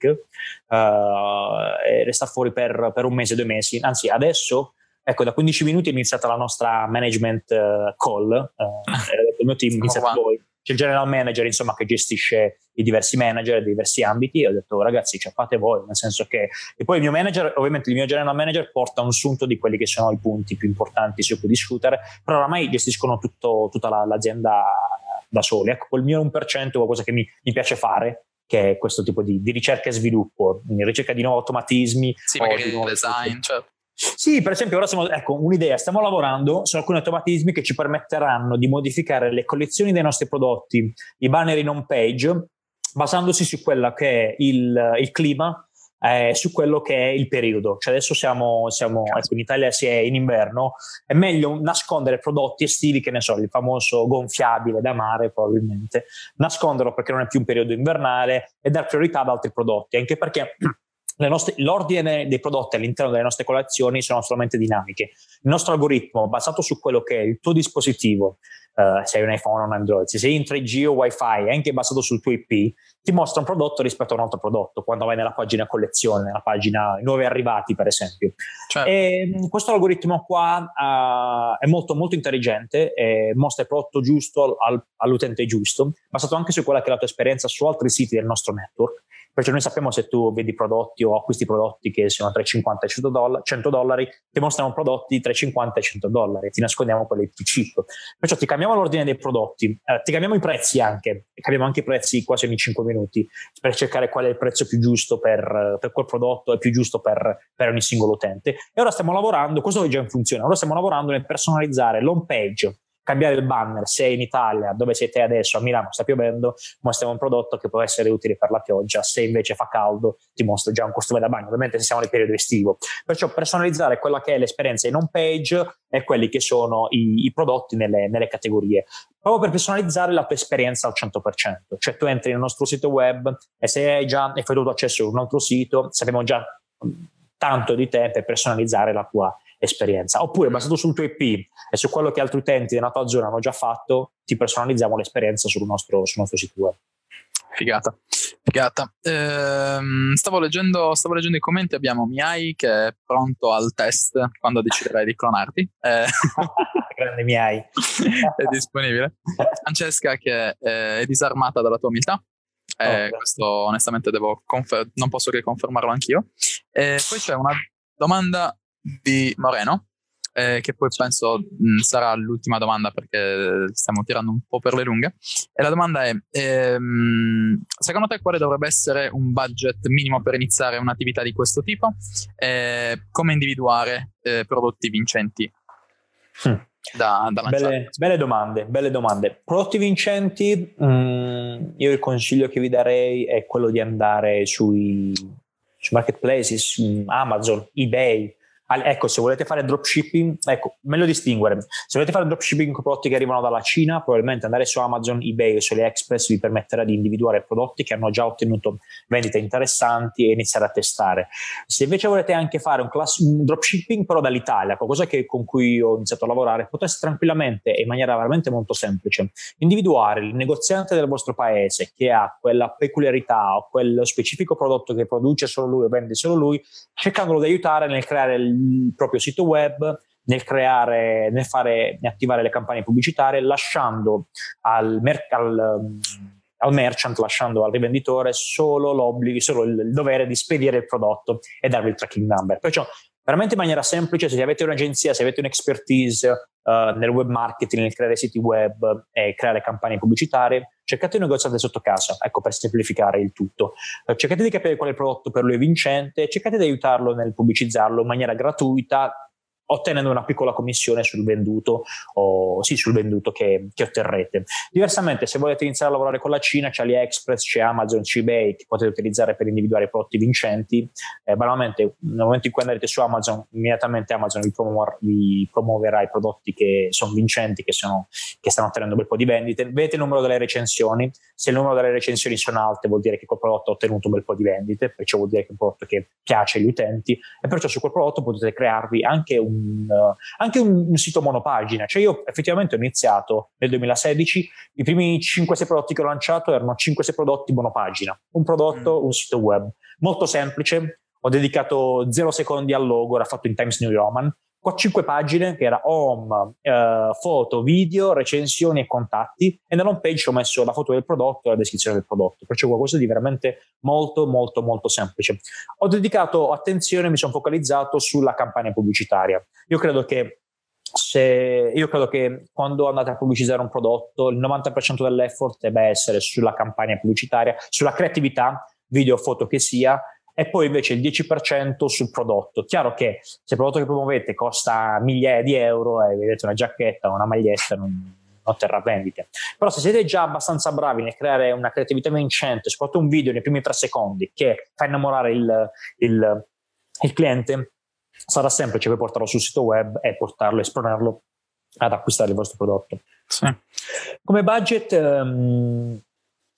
e restare fuori per 1 mese, 2 mesi. Anzi, adesso, ecco, da 15 minuti è iniziata la nostra management call, il mio team inizia poi. C'è il general manager, insomma, che gestisce i diversi manager dei diversi ambiti, e ho detto ragazzi, fate voi, nel senso che, e poi il mio manager, ovviamente il mio general manager porta un sunto di quelli che sono i punti più importanti su cui discutere, però oramai gestiscono tutta l'azienda da soli. Ecco, quel mio 1% è qualcosa che mi piace fare, che è questo tipo di ricerca e sviluppo, ricerca di nuovi automatismi, sì, magari di design, certo. Sì, per esempio ora un'idea, stiamo lavorando su alcuni automatismi che ci permetteranno di modificare le collezioni dei nostri prodotti, i banner in home page, basandosi su quello che è il clima, su quello che è il periodo. Cioè adesso siamo ecco, in Italia si è in inverno, è meglio nascondere prodotti estivi, che ne so, il famoso gonfiabile da mare, probabilmente nasconderlo perché non è più un periodo invernale, e dar priorità ad altri prodotti, anche perché l'ordine dei prodotti all'interno delle nostre collezioni sono solamente dinamiche. Il nostro algoritmo, basato su quello che è il tuo dispositivo, se hai un iPhone o un Android, se sei in 3G o Wi-Fi, anche basato sul tuo IP, ti mostra un prodotto rispetto a un altro prodotto quando vai nella pagina collezione, nella pagina nuovi arrivati, per esempio. Certo. E questo algoritmo qua è molto molto intelligente, mostra il prodotto giusto all'utente giusto, basato anche su quella che è la tua esperienza su altri siti del nostro network. Perciò noi sappiamo se tu vedi prodotti o acquisti prodotti che siano tra i 50 e $100, ti mostrano prodotti tra i 50 e i $100, ti nascondiamo quelli più cheap. Perciò ti cambiamo l'ordine dei prodotti, ti cambiamo i prezzi anche, cambiamo anche i prezzi quasi ogni 5 minuti per cercare qual è il prezzo più giusto per quel prodotto e più giusto per ogni singolo utente. E ora stiamo lavorando, questo è già in funzione, ora stiamo lavorando nel personalizzare l'home page, cambiare il banner. Se in Italia, dove sei te adesso, a Milano sta piovendo, mostriamo un prodotto che può essere utile per la pioggia. Se invece fa caldo, ti mostro già un costume da bagno, ovviamente se siamo nel periodo estivo. Perciò personalizzare quella che è l'esperienza in home page e quelli che sono i prodotti nelle categorie, proprio per personalizzare la tua esperienza al 100%. Cioè tu entri nel nostro sito web e se hai già effettuato accesso a un altro sito, sappiamo già tanto di te per personalizzare la tua esperienza. Oppure basato sul tuo IP e su quello che altri utenti nella tua zona hanno già fatto, ti personalizziamo l'esperienza sul nostro sito web. Figata. Stavo leggendo i commenti. Abbiamo Miai che è pronto al test quando deciderai di clonarti. Grande Miai. È disponibile. Francesca che è disarmata dalla tua umiltà. Questo onestamente non posso che confermarlo anch'io. Poi c'è una domanda di Moreno, che poi penso sarà l'ultima domanda perché stiamo tirando un po' per le lunghe, e la domanda è secondo te quale dovrebbe essere un budget minimo per iniziare un'attività di questo tipo, come individuare prodotti vincenti da lanciare? Belle domande. Prodotti vincenti, io il consiglio che vi darei è quello di andare sui marketplaces, su Amazon, eBay. Ecco, se volete fare dropshipping, meglio distinguere. Se volete fare dropshipping con prodotti che arrivano dalla Cina, probabilmente andare su Amazon, eBay o su AliExpress vi permetterà di individuare prodotti che hanno già ottenuto vendite interessanti e iniziare a testare. Se invece volete anche fare un dropshipping però dall'Italia, qualcosa con cui ho iniziato a lavorare, potreste tranquillamente e in maniera veramente molto semplice individuare il negoziante del vostro paese che ha quella peculiarità o quello specifico prodotto che produce solo lui o vende solo lui, cercandolo di aiutare nel creare il proprio sito web, nel attivare le campagne pubblicitarie, lasciando al merchant, lasciando al rivenditore solo il dovere di spedire il prodotto e darvi il tracking number. Perciò veramente in maniera semplice, se avete un'agenzia, se avete un'expertise nel web marketing, nel creare siti web e creare campagne pubblicitarie, cercate un negoziante sotto casa, ecco, per semplificare il tutto. Cercate di capire qual è il prodotto per lui è vincente, cercate di aiutarlo nel pubblicizzarlo in maniera gratuita, ottenendo una piccola commissione sul venduto che otterrete. Diversamente, se volete iniziare a lavorare con la Cina, c'è AliExpress, c'è Amazon, c'è eBay che potete utilizzare per individuare prodotti vincenti. Banalmente, nel momento in cui andrete su Amazon, immediatamente Amazon vi promuoverà i prodotti che sono vincenti, che stanno ottenendo un bel po' di vendite. Vedete il numero delle recensioni. Se il numero delle recensioni sono alte, vuol dire che quel prodotto ha ottenuto un bel po' di vendite, perciò vuol dire che è un prodotto che piace agli utenti, e perciò su quel prodotto potete crearvi anche un sito monopagina. Cioè io effettivamente ho iniziato nel 2016, i primi 5-6 prodotti che ho lanciato erano 5-6 prodotti monopagina, un prodotto, un sito web molto semplice. Ho dedicato 0 secondi al logo, era fatto in Times New Roman, con 5 pagine che era home, foto, video, recensioni e contatti, e nell'home page ho messo la foto del prodotto e la descrizione del prodotto, perciò qualcosa di veramente molto molto molto semplice. Ho dedicato attenzione, mi sono focalizzato sulla campagna pubblicitaria. Io credo che quando andate a pubblicizzare un prodotto, il 90% dell'effort deve essere sulla campagna pubblicitaria, sulla creatività, video, foto che sia, e poi invece il 10% sul prodotto. Chiaro che se il prodotto che promuovete costa migliaia di euro e vedete una giacchetta o una maglietta, non otterrà vendite. Però se siete già abbastanza bravi nel creare una creatività vincente, soprattutto un video nei primi 3 secondi che fa innamorare il cliente, sarà semplice poi portarlo sul sito web e portarlo, esponerlo ad acquistare il vostro prodotto. Sì. Come budget,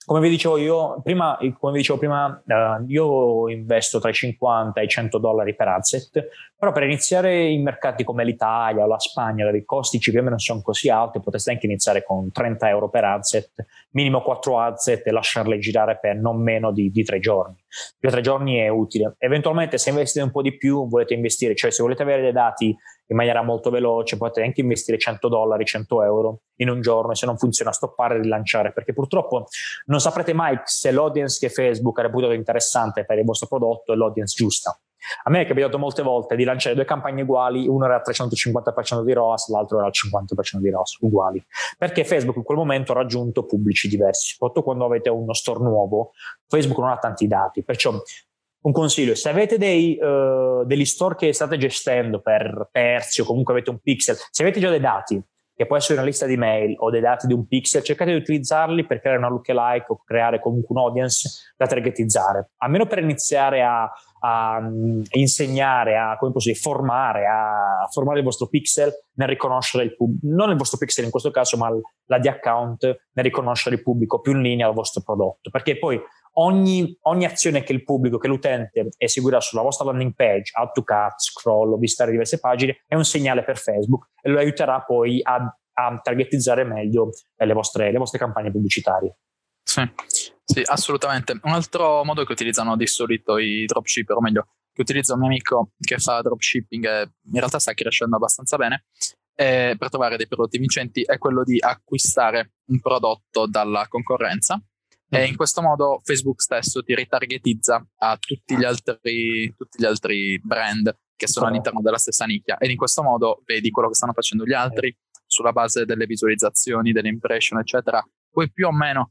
come vi dicevo prima, io investo tra i 50 e i 100 dollari per asset, però per iniziare in mercati come l'Italia o la Spagna, dove i costi più o meno sono così alti, potreste anche iniziare con 30 euro per asset, minimo 4 asset e lasciarle girare per non meno di 3 giorni. Più 3 giorni è utile. Eventualmente, se investite un po' di più, volete investire, cioè se volete avere dei dati in maniera molto veloce, potete anche investire 100 dollari, 100 euro in un giorno, e se non funziona stoppare e rilanciare, perché purtroppo non saprete mai se l'audience che Facebook ha reputato interessante per il vostro prodotto è l'audience giusta. A me è capitato molte volte di lanciare 2 campagne uguali, uno era al 350% di ROAS, l'altro era al 50% di ROAS, uguali, perché Facebook in quel momento ha raggiunto pubblici diversi. Soprattutto quando avete uno store nuovo, Facebook non ha tanti dati, perciò un consiglio: se avete degli store che state gestendo per terzi o comunque avete un pixel, se avete già dei dati, che può essere una lista di mail o dei dati di un pixel, cercate di utilizzarli per creare una lookalike o creare comunque un audience da targetizzare, almeno per iniziare a insegnare, come posso dire, a formare il vostro pixel nel riconoscere non il vostro pixel in questo caso, ma la di account nel riconoscere il pubblico più in linea al vostro prodotto, perché poi ogni azione che il pubblico, che l'utente eseguirà sulla vostra landing page, add to cart, scroll o visitare diverse pagine, è un segnale per Facebook e lo aiuterà poi a targetizzare meglio le vostre campagne pubblicitarie. Sì, assolutamente. Un altro modo che utilizzano di solito i dropshipper, o meglio, che utilizza un mio amico che fa dropshipping e in realtà sta crescendo abbastanza bene, per trovare dei prodotti vincenti, è quello di acquistare un prodotto dalla concorrenza. E in questo modo Facebook stesso ti ritargetizza a tutti gli altri brand che sono all'interno della stessa nicchia, e in questo modo vedi quello che stanno facendo gli altri sulla base delle visualizzazioni, delle impression, eccetera. Puoi più o meno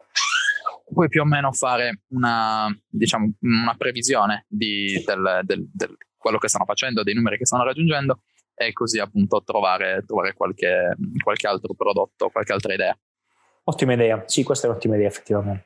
fare una previsione di quello che stanno facendo, dei numeri che stanno raggiungendo, e così appunto trovare qualche altro prodotto, qualche altra idea. Ottima idea, sì, questa è un'ottima idea effettivamente.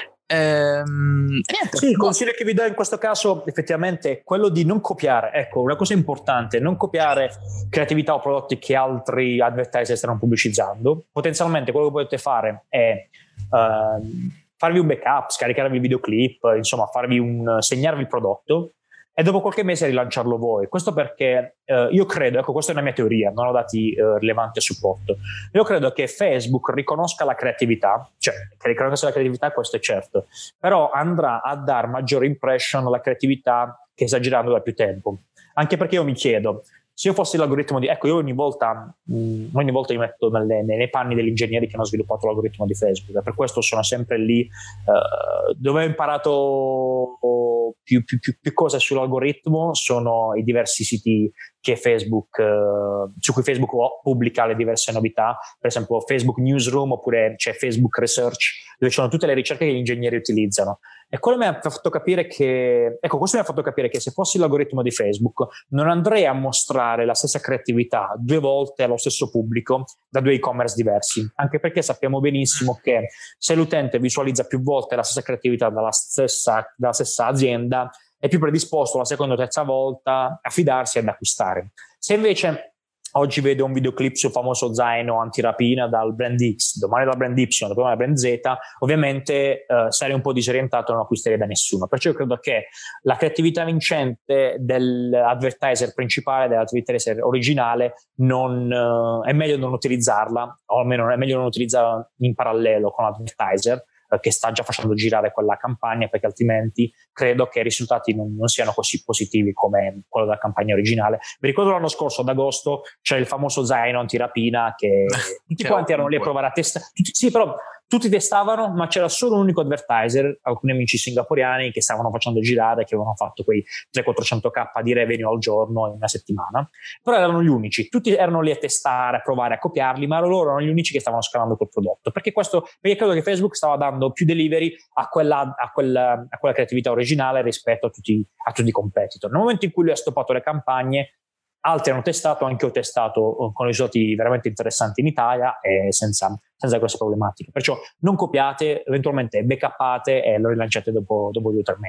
Niente. Sì, il consiglio che vi do in questo caso effettivamente è quello di non copiare. Ecco, una cosa importante: non copiare creatività o prodotti che altri advertiser stanno pubblicizzando. Potenzialmente quello che potete fare è farvi un backup, scaricarvi il videoclip, insomma segnarvi il prodotto e dopo qualche mese rilanciarlo voi. Questo perché io credo, ecco, questa è una mia teoria, non ho dati rilevanti a supporto. Io credo che Facebook riconosca la creatività, cioè che riconosca la creatività, questo è certo, però andrà a dar maggiore impression alla creatività che sta girando da più tempo. Anche perché io mi chiedo, se io fossi l'algoritmo io ogni volta mi metto nei panni degli ingegneri che hanno sviluppato l'algoritmo di Facebook, per questo sono sempre lì dove ho imparato più cose sull'algoritmo sono i diversi siti che Facebook su cui Facebook pubblica le diverse novità, per esempio Facebook Newsroom, oppure c'è Facebook Research, dove ci sono tutte le ricerche che gli ingegneri utilizzano. E quello mi ha fatto capire questo mi ha fatto capire che se fossi l'algoritmo di Facebook non andrei a mostrare la stessa creatività 2 volte allo stesso pubblico da 2 e-commerce diversi, anche perché sappiamo benissimo che se l'utente visualizza più volte la stessa creatività dalla stessa azienda, è più predisposto la seconda o terza volta a fidarsi e ad acquistare. Se invece oggi vedo un videoclip sul famoso zaino antirapina dal brand X, domani dal brand Y, dopo dal brand Z, ovviamente sarei un po' disorientato e non acquisterei da nessuno. Perciò io credo che la creatività vincente dell'advertiser principale, dell'advertiser originale, è meglio non utilizzarla, o almeno è meglio non utilizzarla in parallelo con l'advertiser che sta già facendo girare quella campagna, perché altrimenti credo che i risultati non siano così positivi come quello della campagna originale. Vi ricordo l'anno scorso ad agosto c'era il famoso zaino antirapina che tutti quanti erano lì a provare a testare, sì, però tutti testavano, ma c'era solo un unico advertiser, alcuni amici singaporiani che stavano facendo girare, che avevano fatto quei 300-400k di revenue al giorno in una settimana, però erano gli unici, tutti erano lì a testare, a provare, a copiarli, ma loro erano gli unici che stavano scalando quel prodotto, perché credo che Facebook stava dando più delivery a quella creatività originale rispetto a tutti i competitor. Nel momento in cui lui ha stoppato le campagne, altri hanno testato, anche ho testato con risultati veramente interessanti in Italia e senza grosse problematiche. Perciò non copiate, eventualmente backuppate e lo rilanciate dopo 2 o 3 mesi.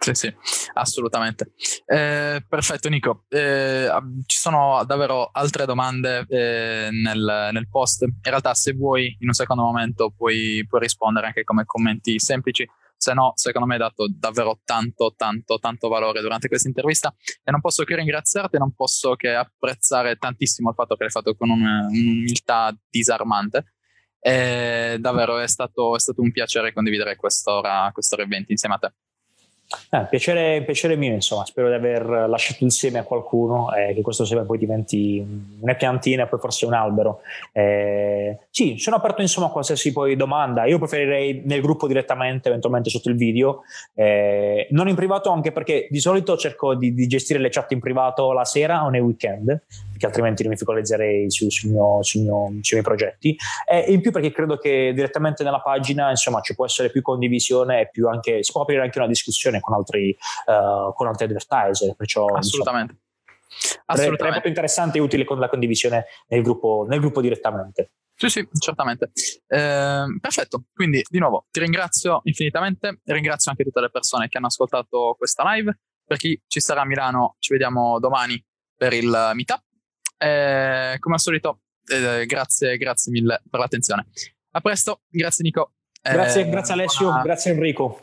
Sì, assolutamente. Perfetto, Nico. Ci sono davvero altre domande nel post. In realtà, se vuoi, in un secondo momento puoi rispondere anche come commenti semplici. Se no, secondo me hai dato davvero tanto valore durante questa intervista e non posso che ringraziarti, non posso che apprezzare tantissimo il fatto che l'hai fatto con un'umiltà disarmante. Davvero è stato un piacere condividere quest'ora e 20 insieme a te. Piacere mio, insomma, spero di aver lasciato il seme a qualcuno e che questo seme poi diventi una piantina e poi forse un albero. Sì, sono aperto insomma a qualsiasi poi domanda. Io preferirei nel gruppo direttamente, eventualmente sotto il video, non in privato, anche perché di solito cerco di gestire le chat in privato la sera o nei weekend, perché altrimenti non mi focalizzerei sui miei progetti, e in più perché credo che direttamente nella pagina insomma ci può essere più condivisione e più anche, si può aprire anche una discussione con altri advertiser, perciò assolutamente è proprio interessante e utile con la condivisione nel gruppo direttamente. Sì, certamente. Perfetto, quindi di nuovo ti ringrazio infinitamente, ringrazio anche tutte le persone che hanno ascoltato questa live. Per chi ci sarà a Milano ci vediamo domani per il meetup. Come al solito grazie mille per l'attenzione. A presto, grazie Nico. Grazie Alessio, grazie Enrico.